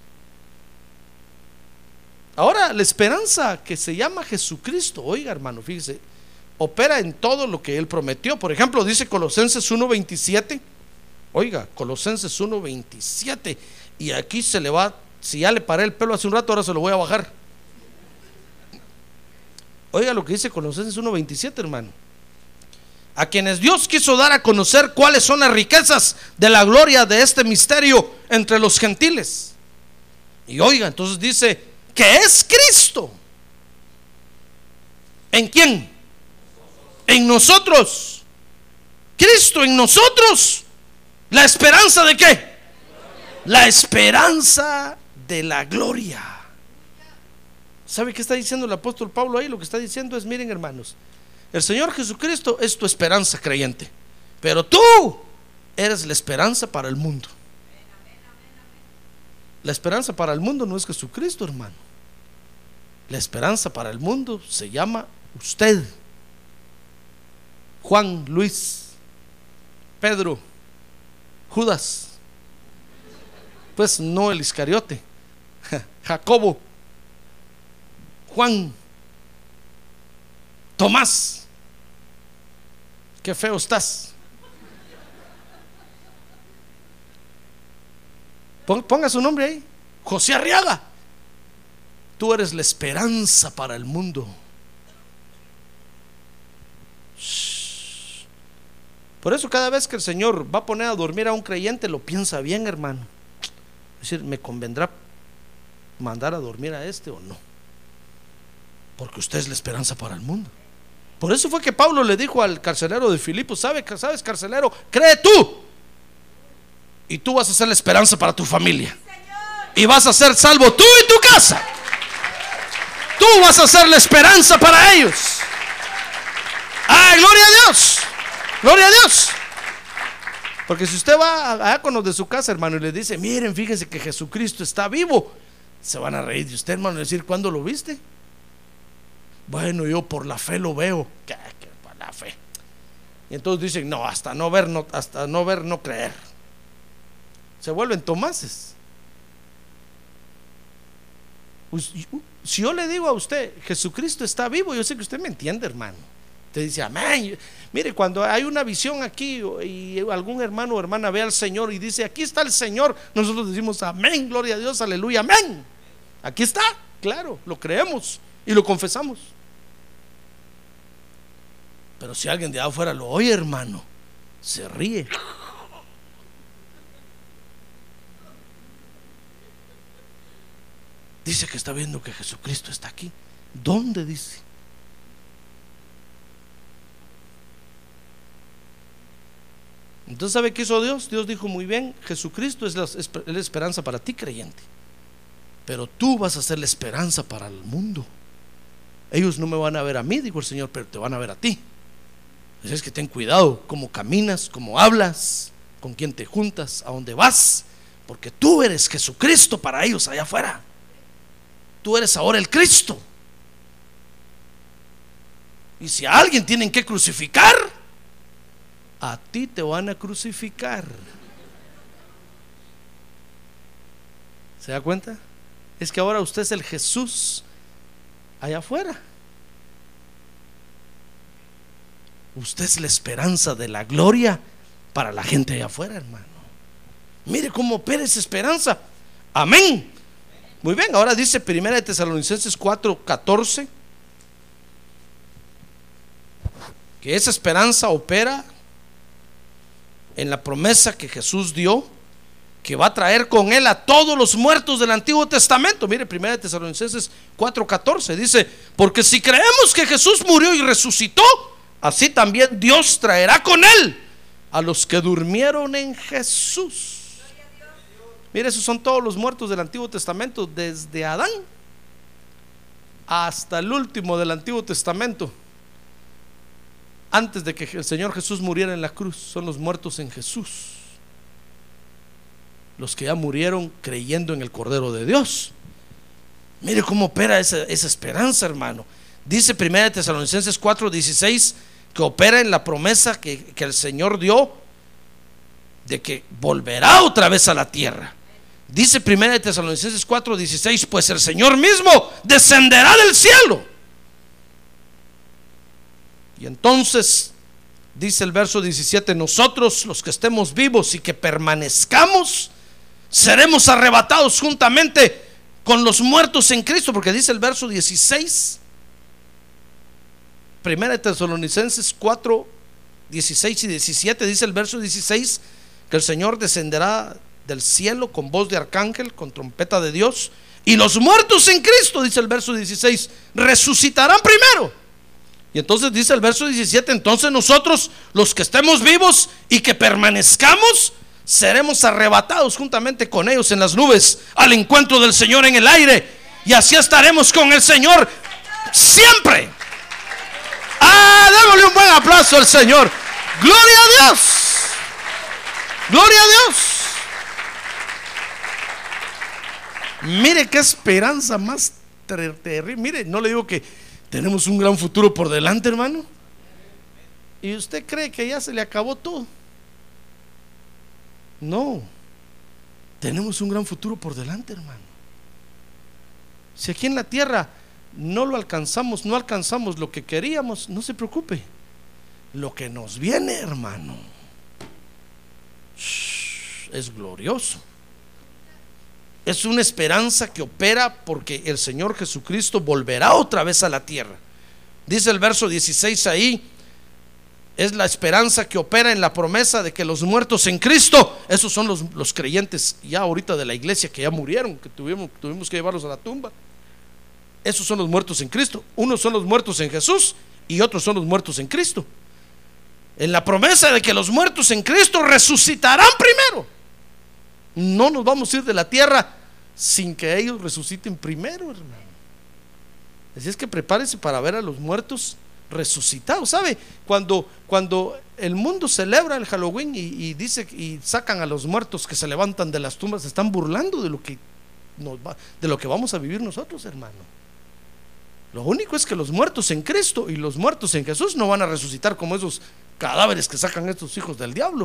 Ahora, la esperanza que se llama Jesucristo, oiga, hermano, fíjese, opera en todo lo que Él prometió. Por ejemplo, dice Colosenses uno veintisiete. Oiga, Colosenses uno veintisiete. Y aquí se le va, si ya le paré el pelo hace un rato, ahora se lo voy a bajar. Oiga lo que dice Colosenses uno veintisiete, hermano: a quienes Dios quiso dar a conocer cuáles son las riquezas de la gloria de este misterio entre los gentiles. Y oiga, entonces dice que es Cristo. ¿En quién? En nosotros. Cristo en nosotros. ¿La esperanza de qué? La esperanza de la gloria. ¿Sabe qué está diciendo el apóstol Pablo ahí? Lo que está diciendo es: miren, hermanos, el Señor Jesucristo es tu esperanza, creyente, pero tú eres la esperanza para el mundo. La esperanza para el mundo no es Jesucristo, hermano. La esperanza para el mundo se llama usted, Juan, Luis, Pedro, Judas, pues no el Iscariote, Jacobo, Juan, Tomás. Qué feo estás. Ponga su nombre ahí, José Arriaga. Tú eres la esperanza para el mundo. Por eso cada vez que el Señor va a poner a dormir a un creyente, lo piensa bien, hermano. Es decir, ¿me convendrá mandar a dormir a este o no? Porque usted es la esperanza para el mundo. Por eso fue que Pablo le dijo al carcelero de Filipos: ¿Sabe, sabes, carcelero? Cree tú, y tú vas a ser la esperanza para tu familia, y vas a ser salvo tú y tu casa. Tú vas a ser la esperanza para ellos. ¡Ah, gloria a Dios! ¡Gloria a Dios! Porque si usted va allá con los de su casa, hermano, y les dice: miren, fíjense que Jesucristo está vivo, se van a reír de usted, hermano, y decir: ¿cuándo lo viste? Bueno, yo por la fe lo veo. ¿Qué, qué por la fe? Y entonces dicen: no, hasta no ver, no, hasta no ver, no creer. Se vuelven Tomases. Si yo le digo a usted: Jesucristo está vivo, yo sé que usted me entiende, hermano. Te dice: amén. Mire, cuando hay una visión aquí y algún hermano o hermana ve al Señor y dice: aquí está el Señor, nosotros decimos: amén, gloria a Dios, aleluya, amén. Aquí está, claro, lo creemos y lo confesamos. Pero si alguien de afuera lo oye, hermano, se ríe. Dice que está viendo que Jesucristo está aquí. ¿Dónde? Dice. Entonces, ¿sabe qué hizo Dios? Dios dijo: muy bien, Jesucristo es la, es la esperanza para ti, creyente, pero tú vas a ser la esperanza para el mundo. Ellos no me van a ver a mí, dijo el Señor, pero te van a ver a ti. Así es que ten cuidado cómo caminas, cómo hablas, con quién te juntas, a dónde vas, porque tú eres Jesucristo para ellos allá afuera. Tú eres ahora el Cristo. Y si a alguien tienen que crucificar, a ti te van a crucificar. ¿Se da cuenta? Es que ahora usted es el Jesús allá afuera. Usted es la esperanza de la gloria para la gente allá afuera, hermano. Mire cómo opera esa esperanza. Amén. Muy bien, ahora dice Primera de Tesalonicenses cuatro catorce que esa esperanza opera en la promesa que Jesús dio, que va a traer con él a todos los muertos del Antiguo Testamento. Mire, Primera de Tesalonicenses cuatro catorce dice: porque si creemos que Jesús murió y resucitó, así también Dios traerá con él a los que durmieron en Jesús. Mire, esos son todos los muertos del Antiguo Testamento, desde Adán hasta el último del Antiguo Testamento, antes de que el Señor Jesús muriera en la cruz. Son los muertos en Jesús, los que ya murieron creyendo en el Cordero de Dios. Mire cómo opera esa, esa esperanza, hermano. Dice Primera de Tesalonicenses cuatro dieciséis que opera en la promesa que, que el Señor dio de que volverá otra vez a la tierra. Dice Primera de Tesalonicenses cuatro dieciséis: pues el Señor mismo descenderá del cielo. Y entonces dice el verso diecisiete: nosotros, los que estemos vivos y que permanezcamos, seremos arrebatados juntamente con los muertos en Cristo. Porque dice el verso dieciséis, Primera de Tesalonicenses cuatro dieciséis y diecisiete, dice el verso dieciséis que el Señor descenderá del cielo con voz de arcángel, con trompeta de Dios, y los muertos en Cristo, dice el verso dieciséis, resucitarán primero. Y entonces dice el verso diecisiete: entonces nosotros, los que estemos vivos y que permanezcamos, seremos arrebatados juntamente con ellos en las nubes al encuentro del Señor en el aire, y así estaremos con el Señor siempre. Ah, démosle un buen aplauso al Señor. Gloria a Dios. Gloria a Dios. Mire qué esperanza más terrible. Mire, no le digo que tenemos un gran futuro por delante, hermano. ¿Y usted cree que ya se le acabó todo? No. Tenemos un gran futuro por delante, hermano. Si aquí en la tierra no lo alcanzamos, no alcanzamos lo que queríamos, no se preocupe. lo que nos viene, hermano, es glorioso. Es una esperanza que opera porque el Señor Jesucristo volverá otra vez a la tierra. Dice el verso dieciséis ahí, es la esperanza que opera en la promesa de que los muertos en Cristo, esos son los, los creyentes ya ahorita de la iglesia que ya murieron, que tuvimos, tuvimos que llevarlos a la tumba. Esos son los muertos en Cristo. Unos son los muertos en Jesús y otros son los muertos en Cristo. En la promesa de que los muertos en Cristo resucitarán primero. No nos vamos a ir de la tierra sin que ellos resuciten primero, hermano. Así es que prepárese para ver a los muertos resucitados. ¿Sabe? Cuando, cuando el mundo celebra el Halloween y, y dice y sacan a los muertos que se levantan de las tumbas, se están burlando de lo que nos va, de lo que vamos a vivir nosotros, hermano. Lo único es que los muertos en Cristo y los muertos en Jesús no van a resucitar como esos cadáveres que sacan estos hijos del diablo.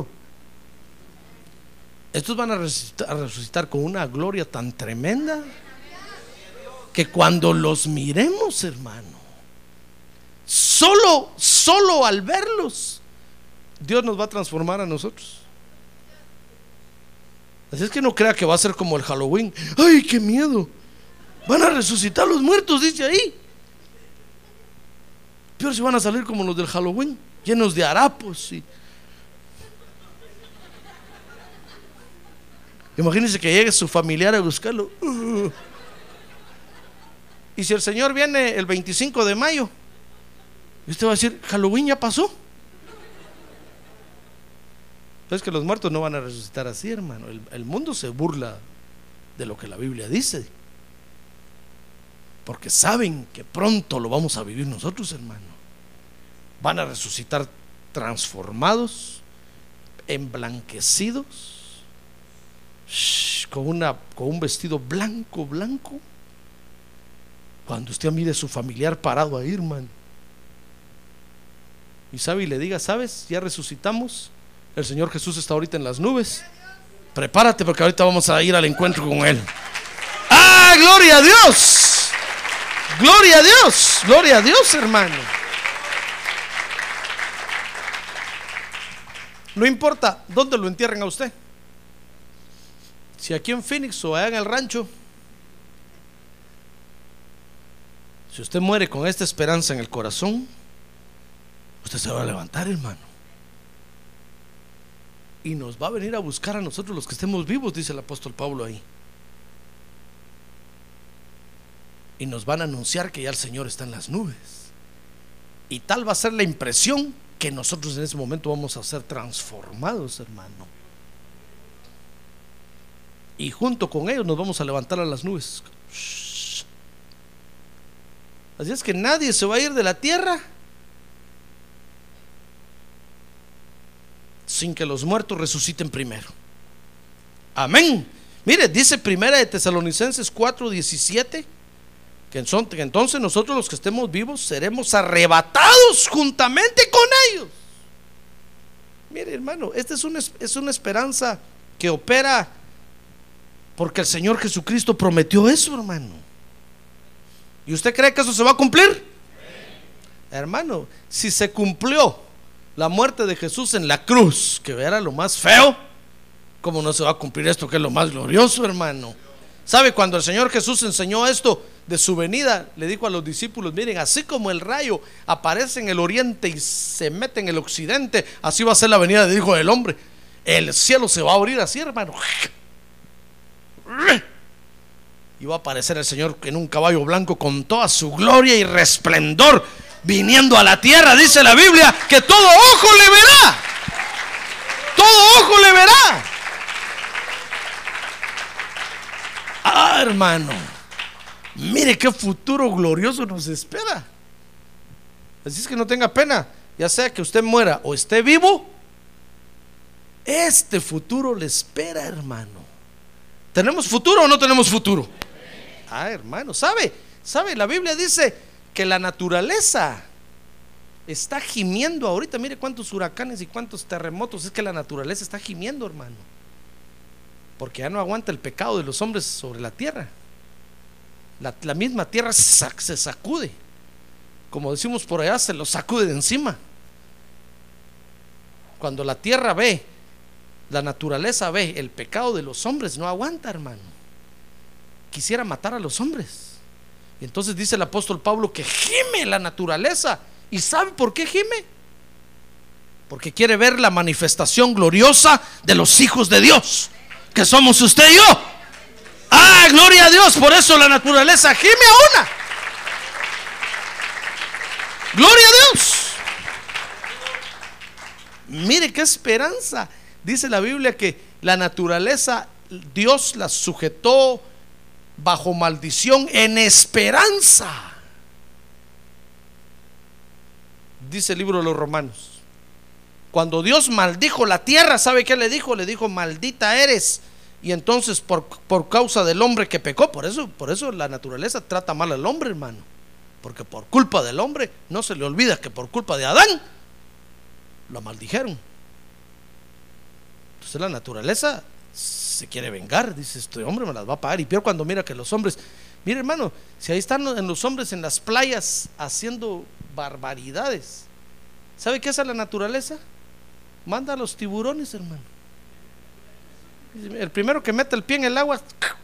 Estos van a resucitar, a resucitar con una gloria tan tremenda que cuando los miremos, hermano, solo, solo al verlos, Dios nos va a transformar a nosotros. Así es que no crea que va a ser como el Halloween. ¡Ay, qué miedo! Van a resucitar los muertos, dice ahí. Peor si van a salir como los del Halloween, llenos de harapos y... Imagínense que llegue su familiar a buscarlo. Uh. Y si el Señor viene el veinticinco de mayo, usted va a decir, Halloween ya pasó. Es que los muertos no van a resucitar así, hermano. El, el mundo se burla de lo que la Biblia dice, porque saben que pronto lo vamos a vivir nosotros, hermano. Van a resucitar transformados, emblanquecidos, con, una, con un vestido blanco, blanco. Cuando usted mire a su familiar parado ahí, hermano, y sabe y le diga, ¿sabes? Ya resucitamos. El Señor Jesús está ahorita en las nubes. Prepárate porque ahorita vamos a ir al encuentro con Él. ¡Ah, gloria a Dios! ¡Gloria a Dios! ¡Gloria a Dios, hermano! No importa dónde lo entierren a usted, si aquí en Phoenix o allá en el rancho, si usted muere con esta esperanza en el corazón, usted se va a levantar, hermano, y nos va a venir a buscar a nosotros los que estemos vivos, dice el apóstol Pablo ahí, y nos van a anunciar que ya el Señor está en las nubes, y tal va a ser la impresión que nosotros en ese momento vamos a ser transformados, hermano, y junto con ellos nos vamos a levantar a las nubes. Así es que nadie se va a ir de la tierra sin que los muertos resuciten primero. Amén. Mire, dice primera de Tesalonicenses cuatro diecisiete que entonces nosotros los que estemos vivos seremos arrebatados juntamente con ellos. Mire, hermano, esta es una, es una esperanza que opera porque el Señor Jesucristo prometió eso, hermano. ¿Y usted cree que eso se va a cumplir? Sí. Hermano, si se cumplió la muerte de Jesús en la cruz, que era lo más feo, ¿cómo no se va a cumplir esto que es lo más glorioso, hermano? ¿Sabe? Cuando el Señor Jesús enseñó esto de su venida, le dijo a los discípulos, miren, así como el rayo aparece en el oriente y se mete en el occidente, así va a ser la venida del Hijo del Hombre. El cielo se va a abrir así, hermano, y va a aparecer el Señor en un caballo blanco con toda su gloria y resplendor, viniendo a la tierra. Dice la Biblia que todo ojo le verá, todo ojo le verá. Ah, hermano, mire qué futuro glorioso nos espera. Así es que no tenga pena, ya sea que usted muera o esté vivo, este futuro le espera, hermano. ¿Tenemos futuro o no tenemos futuro? Ah, hermano, ¿sabe? ¿Sabe? La Biblia dice que la naturaleza está gimiendo ahorita. Mire cuántos huracanes y cuántos terremotos. Es que la naturaleza está gimiendo, hermano, porque ya no aguanta el pecado de los hombres sobre la tierra. La, la misma tierra se sacude, como decimos por allá, se lo sacude de encima. Cuando la tierra ve, la naturaleza ve el pecado de los hombres, no aguanta, hermano. Quisiera matar a los hombres. Y entonces dice el apóstol Pablo que gime la naturaleza. ¿Y sabe por qué gime? Porque quiere ver la manifestación gloriosa de los hijos de Dios, que somos usted y yo. Ah, gloria a Dios. Por eso la naturaleza gime a una. Gloria a Dios. Mire qué esperanza. Dice la Biblia que la naturaleza Dios la sujetó bajo maldición en esperanza. Dice el libro de los Romanos. Cuando Dios maldijo la tierra, ¿sabe qué le dijo? Le dijo: maldita eres. Y entonces por, por causa del hombre que pecó, por eso, por eso la naturaleza trata mal al hombre, hermano. Porque por culpa del hombre, no se le olvida que por culpa de Adán lo maldijeron. Entonces la naturaleza se quiere vengar. Dice: este hombre me las va a pagar. Y peor cuando mira que los hombres, mire, hermano, si ahí están en los hombres en las playas haciendo barbaridades, ¿sabe qué hace la naturaleza? Manda a los tiburones, hermano. El primero que mete el pie en el agua,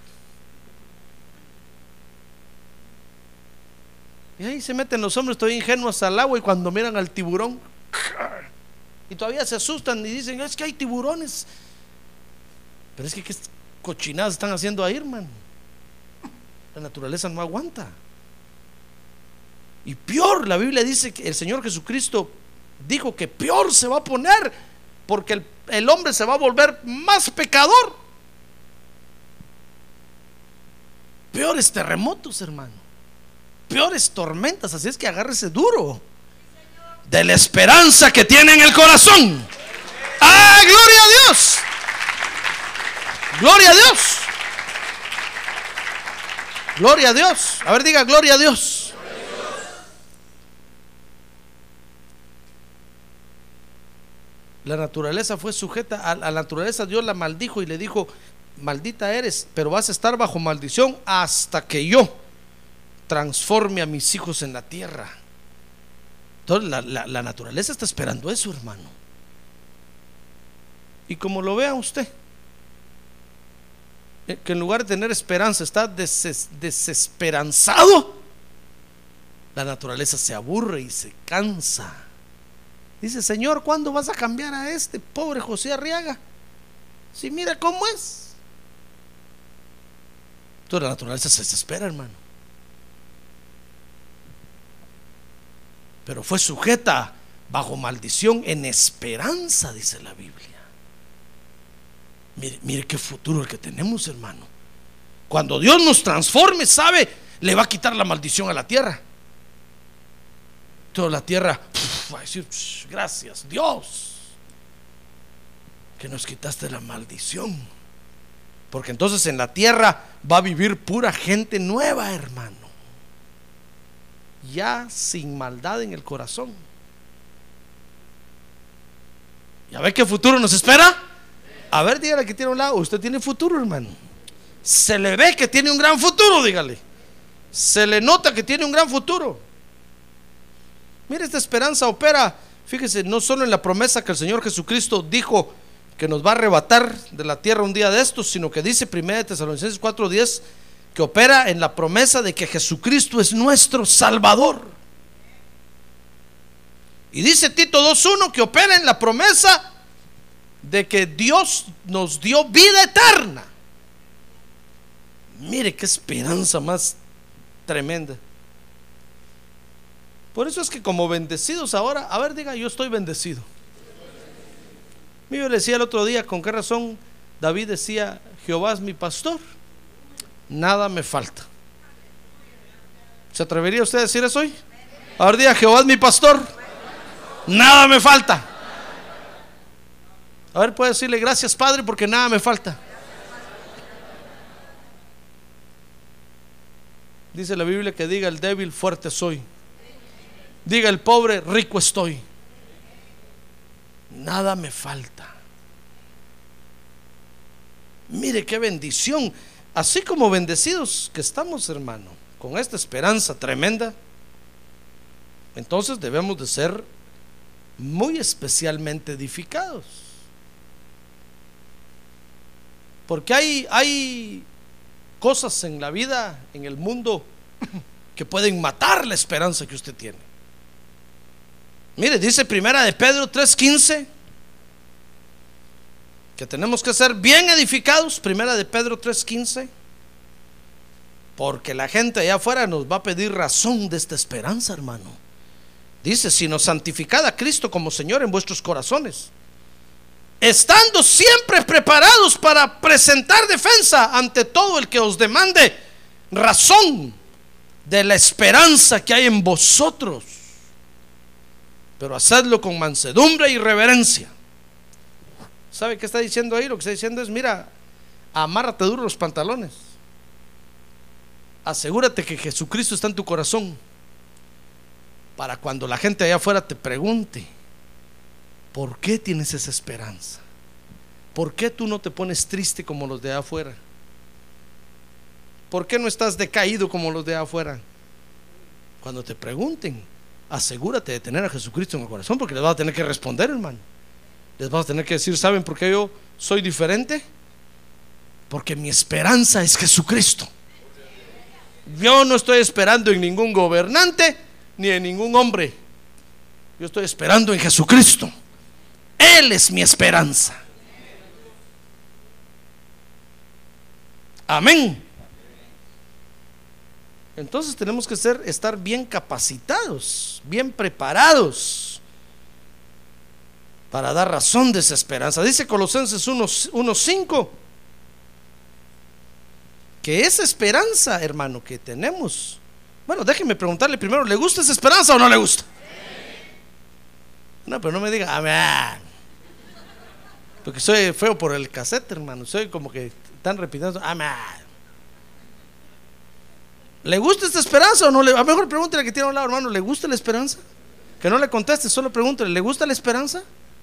y ahí se meten los hombres todavía ingenuos al agua, y cuando miran al tiburón, y todavía se asustan y dicen: es que hay tiburones. Pero es que qué cochinadas están haciendo ahí, hermano. La naturaleza no aguanta. Y peor, la Biblia dice que el Señor Jesucristo dijo que peor se va a poner, porque el, el hombre se va a volver más pecador. Peores terremotos, hermano, peores tormentas. Así es que agárrese duro de la esperanza que tiene en el corazón. ¡Ah, gloria a Dios! ¡Gloria a Dios! ¡Gloria a Dios! A ver, diga: gloria a Dios. La naturaleza fue sujeta a, a la naturaleza. Dios la maldijo y le dijo: maldita eres, pero vas a estar bajo maldición hasta que yo transforme a mis hijos en la tierra. Entonces la, la, la naturaleza está esperando eso, hermano. Y como lo vea usted, que en lugar de tener esperanza está des, desesperanzado, la naturaleza se aburre y se cansa. Dice: Señor, ¿cuándo vas a cambiar a este pobre José Arriaga? Si mira cómo es. Entonces la naturaleza se desespera, hermano. Pero fue sujeta bajo maldición en esperanza, dice la Biblia. Mire, mire qué futuro el que tenemos, hermano. Cuando Dios nos transforme, sabe, le va a quitar la maldición a la tierra. Toda la tierra uf, va a decir: gracias, Dios, que nos quitaste la maldición. Porque entonces en la tierra va a vivir pura gente nueva, hermano, ya sin maldad en el corazón. ¿Ya ve qué futuro nos espera? A ver, dígale que tiene un lado: usted tiene futuro, hermano. Se le ve que tiene un gran futuro, dígale. Se le nota que tiene un gran futuro. Mire, esta esperanza opera, fíjese, no solo en la promesa que el Señor Jesucristo dijo que nos va a arrebatar de la tierra un día de estos, sino que dice primera de Tesalonicenses cuatro diez que opera en la promesa de que Jesucristo es nuestro Salvador. Y dice Tito dos uno que opera en la promesa de que Dios nos dio vida eterna. Mire qué esperanza más tremenda. Por eso es que como bendecidos ahora, a ver, diga: yo estoy bendecido. Yo le decía el otro día: ¿con qué razón David decía: Jehová es mi pastor, nada me falta? ¿Se atrevería usted a decir eso hoy? A ver, diga: Jehová es mi pastor, nada me falta. A ver, puede decirle: gracias, Padre, porque nada me falta. Dice la Biblia que diga el débil: fuerte soy. Diga el pobre: rico estoy. Nada me falta. Mire qué bendición. Así como bendecidos que estamos, hermano, con esta esperanza tremenda, entonces debemos de ser muy especialmente edificados. Porque hay, hay cosas en la vida, en el mundo, que pueden matar la esperanza que usted tiene. Mire, dice primera de Pedro tres quince que tenemos que ser bien edificados. Primera de Pedro tres quince, porque la gente allá afuera nos va a pedir razón de esta esperanza, hermano. Dice: sino santificad a Cristo como Señor en vuestros corazones, estando siempre preparados para presentar defensa ante todo el que os demande razón de la esperanza que hay en vosotros, pero hacedlo con mansedumbre y reverencia. ¿Sabe qué está diciendo ahí? Lo que está diciendo es: mira, amárrate duro los pantalones, asegúrate que Jesucristo está en tu corazón, para cuando la gente allá afuera te pregunte: ¿por qué tienes esa esperanza? ¿Por qué tú no te pones triste como los de allá afuera? ¿Por qué no estás decaído como los de allá afuera? Cuando te pregunten, asegúrate de tener a Jesucristo en el corazón, porque les vas a tener que responder, hermano. Les vas a tener que decir: ¿saben por qué yo soy diferente? Porque mi esperanza es Jesucristo. Yo no estoy esperando en ningún gobernante ni en ningún hombre. Yo estoy esperando en Jesucristo. Él es mi esperanza. Amén. Entonces tenemos que ser, estar bien capacitados, bien preparados para dar razón de esa esperanza. Dice Colosenses uno cinco que esa esperanza, hermano, que tenemos, bueno, déjeme preguntarle primero: ¿le gusta esa esperanza o no le gusta? No, pero no me diga amén, porque soy feo por el cassette, hermano. Soy como que están repitiendo amén. ¿Le gusta esta esperanza o no? Le, a lo mejor pregúntele al que tiene a un lado: hermano, ¿le gusta la esperanza? Que no le conteste, solo pregúntele: ¿le gusta la esperanza?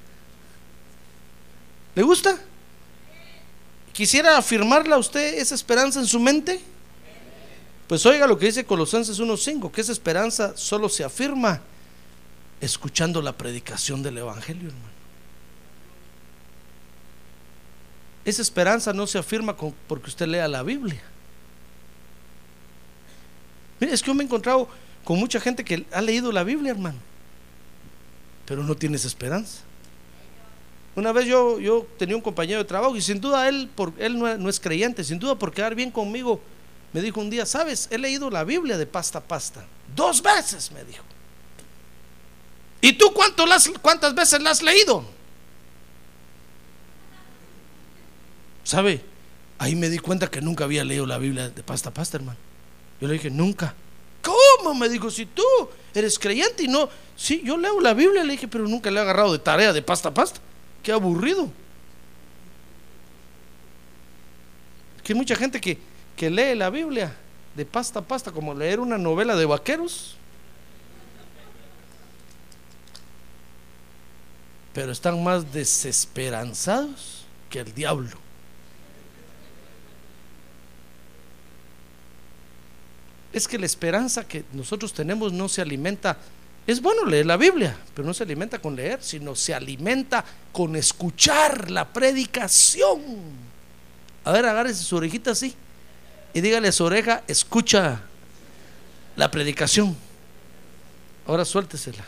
¿Le gusta? ¿Quisiera afirmarla a usted, esa esperanza, en su mente? Pues oiga lo que dice Colosenses uno cinco, que esa esperanza solo se afirma escuchando la predicación del evangelio, hermano. Esa esperanza no se afirma con, porque usted lea la Biblia. Mire, es que yo me he encontrado con mucha gente que ha leído la Biblia, hermano, pero no tiene esa esperanza. Una vez yo, yo tenía un compañero de trabajo, y sin duda él, por, él no, no es creyente, sin duda por quedar bien conmigo, me dijo un día: ¿sabes? He leído la Biblia de pasta a pasta dos veces, me dijo. ¿Y tú cuánto las, cuántas veces la has leído? ¿Sabe? Ahí me di cuenta que nunca había leído la Biblia de pasta a pasta, hermano. Yo le dije: nunca. ¿Cómo? Me dijo: si tú eres creyente y no. Sí, yo leo la Biblia. Le dije: pero nunca le he agarrado de tarea de pasta a pasta. Qué aburrido. Que hay mucha gente que, que lee la Biblia de pasta a pasta, como leer una novela de vaqueros, pero están más desesperanzados que el diablo. Es que la esperanza que nosotros tenemos no se alimenta. Es bueno leer la Biblia, pero no se alimenta con leer, sino se alimenta con escuchar la predicación. A ver, agárrese su orejita así y dígale a su oreja: escucha la predicación. Ahora suéltesela.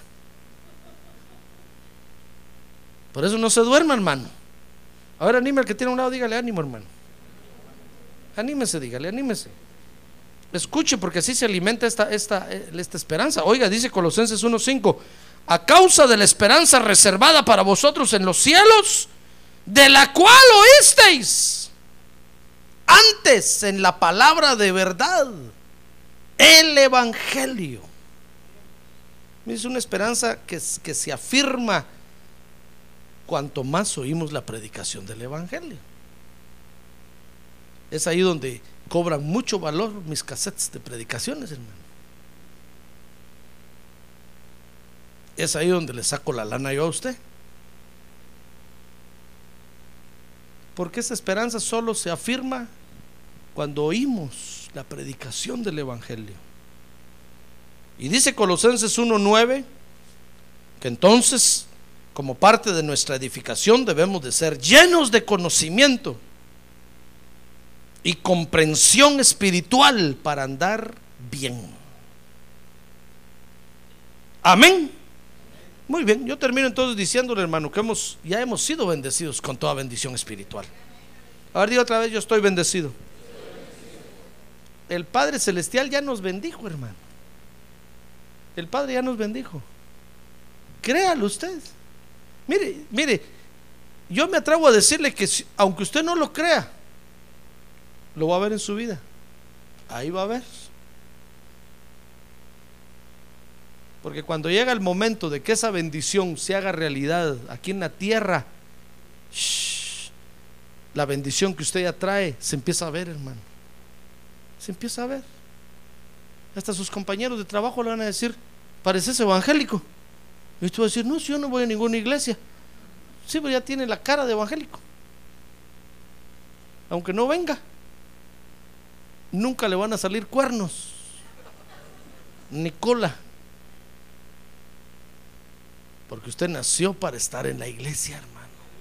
Por eso no se duerma, hermano. Ahora anime al que tiene a un lado, dígale: ánimo, hermano. Anímese, dígale, anímese. Escuche, porque así se alimenta esta, esta, esta esperanza. Oiga, dice Colosenses uno cinco: a causa de la esperanza reservada para vosotros en los cielos, de la cual oísteis antes en la palabra de verdad, el evangelio. Es una esperanza que, que se afirma cuanto más oímos la predicación del evangelio. Es ahí donde cobran mucho valor mis cassettes de predicaciones, hermano. Es ahí donde le saco la lana yo a usted, porque esa esperanza solo se afirma cuando oímos la predicación del evangelio. Y dice Colosenses uno nueve que entonces como parte de nuestra edificación debemos de ser llenos de conocimiento y comprensión espiritual para andar bien. Amén. Muy bien, yo termino entonces diciéndole, hermano, que hemos, ya hemos sido bendecidos con toda bendición espiritual. A ver, diga otra vez: yo estoy bendecido. El Padre Celestial ya nos bendijo, hermano. El Padre ya nos bendijo. Créalo usted. Mire, mire, yo me atrevo a decirle que si, aunque usted no lo crea, lo va a ver en su vida. Ahí va a ver. Porque cuando llega el momento de que esa bendición se haga realidad aquí en la tierra, shh, la bendición que usted ya trae se empieza a ver, hermano. Se empieza a ver. Hasta sus compañeros de trabajo le van a decir: pareces evangélico. Y usted va a decir: no, si yo no voy a ninguna iglesia. Sí, pero ya tiene la cara de evangélico. Aunque no venga, nunca le van a salir cuernos ni cola, porque usted nació para estar en la iglesia, hermano.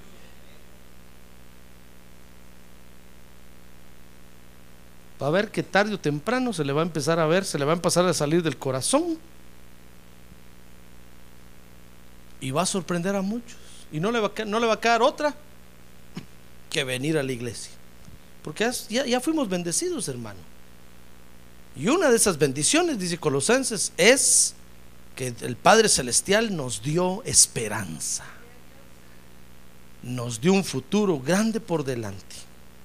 Va a ver que tarde o temprano se le va a empezar a ver, se le va a empezar a salir del corazón y va a sorprender a muchos. Y no le va a, no le va a quedar otra que venir a la iglesia, porque ya, ya fuimos bendecidos, hermano. Y una de esas bendiciones, dice Colosenses, es que el Padre Celestial nos dio esperanza, nos dio un futuro grande por delante.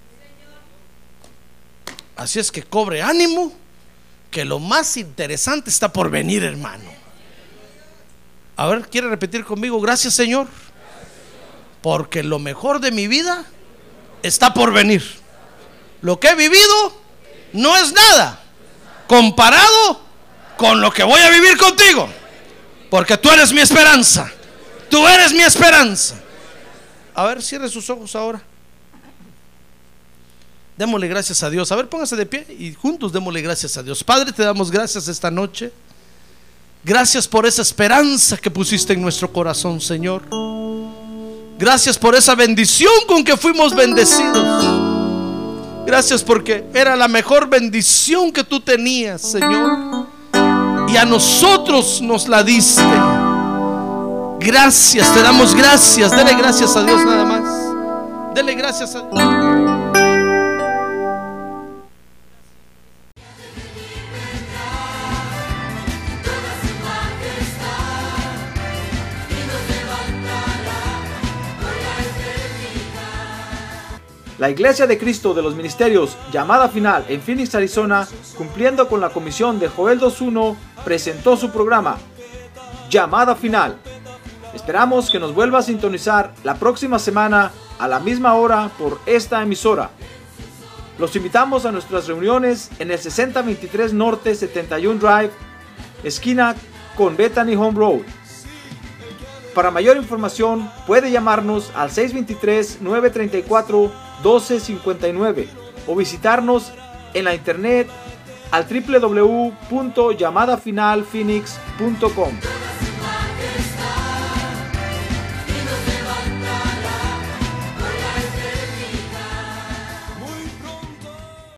Así es que cobre ánimo, que lo más interesante está por venir, hermano. A ver, ¿quiere repetir conmigo? Gracias, Señor, porque lo mejor de mi vida está por venir. Lo que he vivido no es nada comparado con lo que voy a vivir contigo, porque tú eres mi esperanza. Tú eres mi esperanza. A ver, cierre sus ojos ahora. Démosle gracias a Dios. A ver, póngase de pie y juntos démosle gracias a Dios. Padre, te damos gracias esta noche. Gracias por esa esperanza que pusiste en nuestro corazón, Señor. Gracias por esa bendición con que fuimos bendecidos. Gracias porque era la mejor bendición que tú tenías, Señor, y a nosotros nos la diste. Gracias, te damos gracias. Dele gracias a Dios nada más. Dele gracias a Dios. La Iglesia de Cristo de los Ministerios Llamada Final en Phoenix, Arizona, cumpliendo con la comisión de Joel dos uno, presentó su programa Llamada Final. Esperamos que nos vuelva a sintonizar la próxima semana a la misma hora por esta emisora. Los invitamos a nuestras reuniones en el sesenta veintitrés Norte setenta y uno Drive, esquina con Bethany Home Road. Para mayor información puede llamarnos al seis dos tres, nueve tres cuatro, uno dos cinco nueve o visitarnos en la internet al w w w punto llamada final phoenix punto com.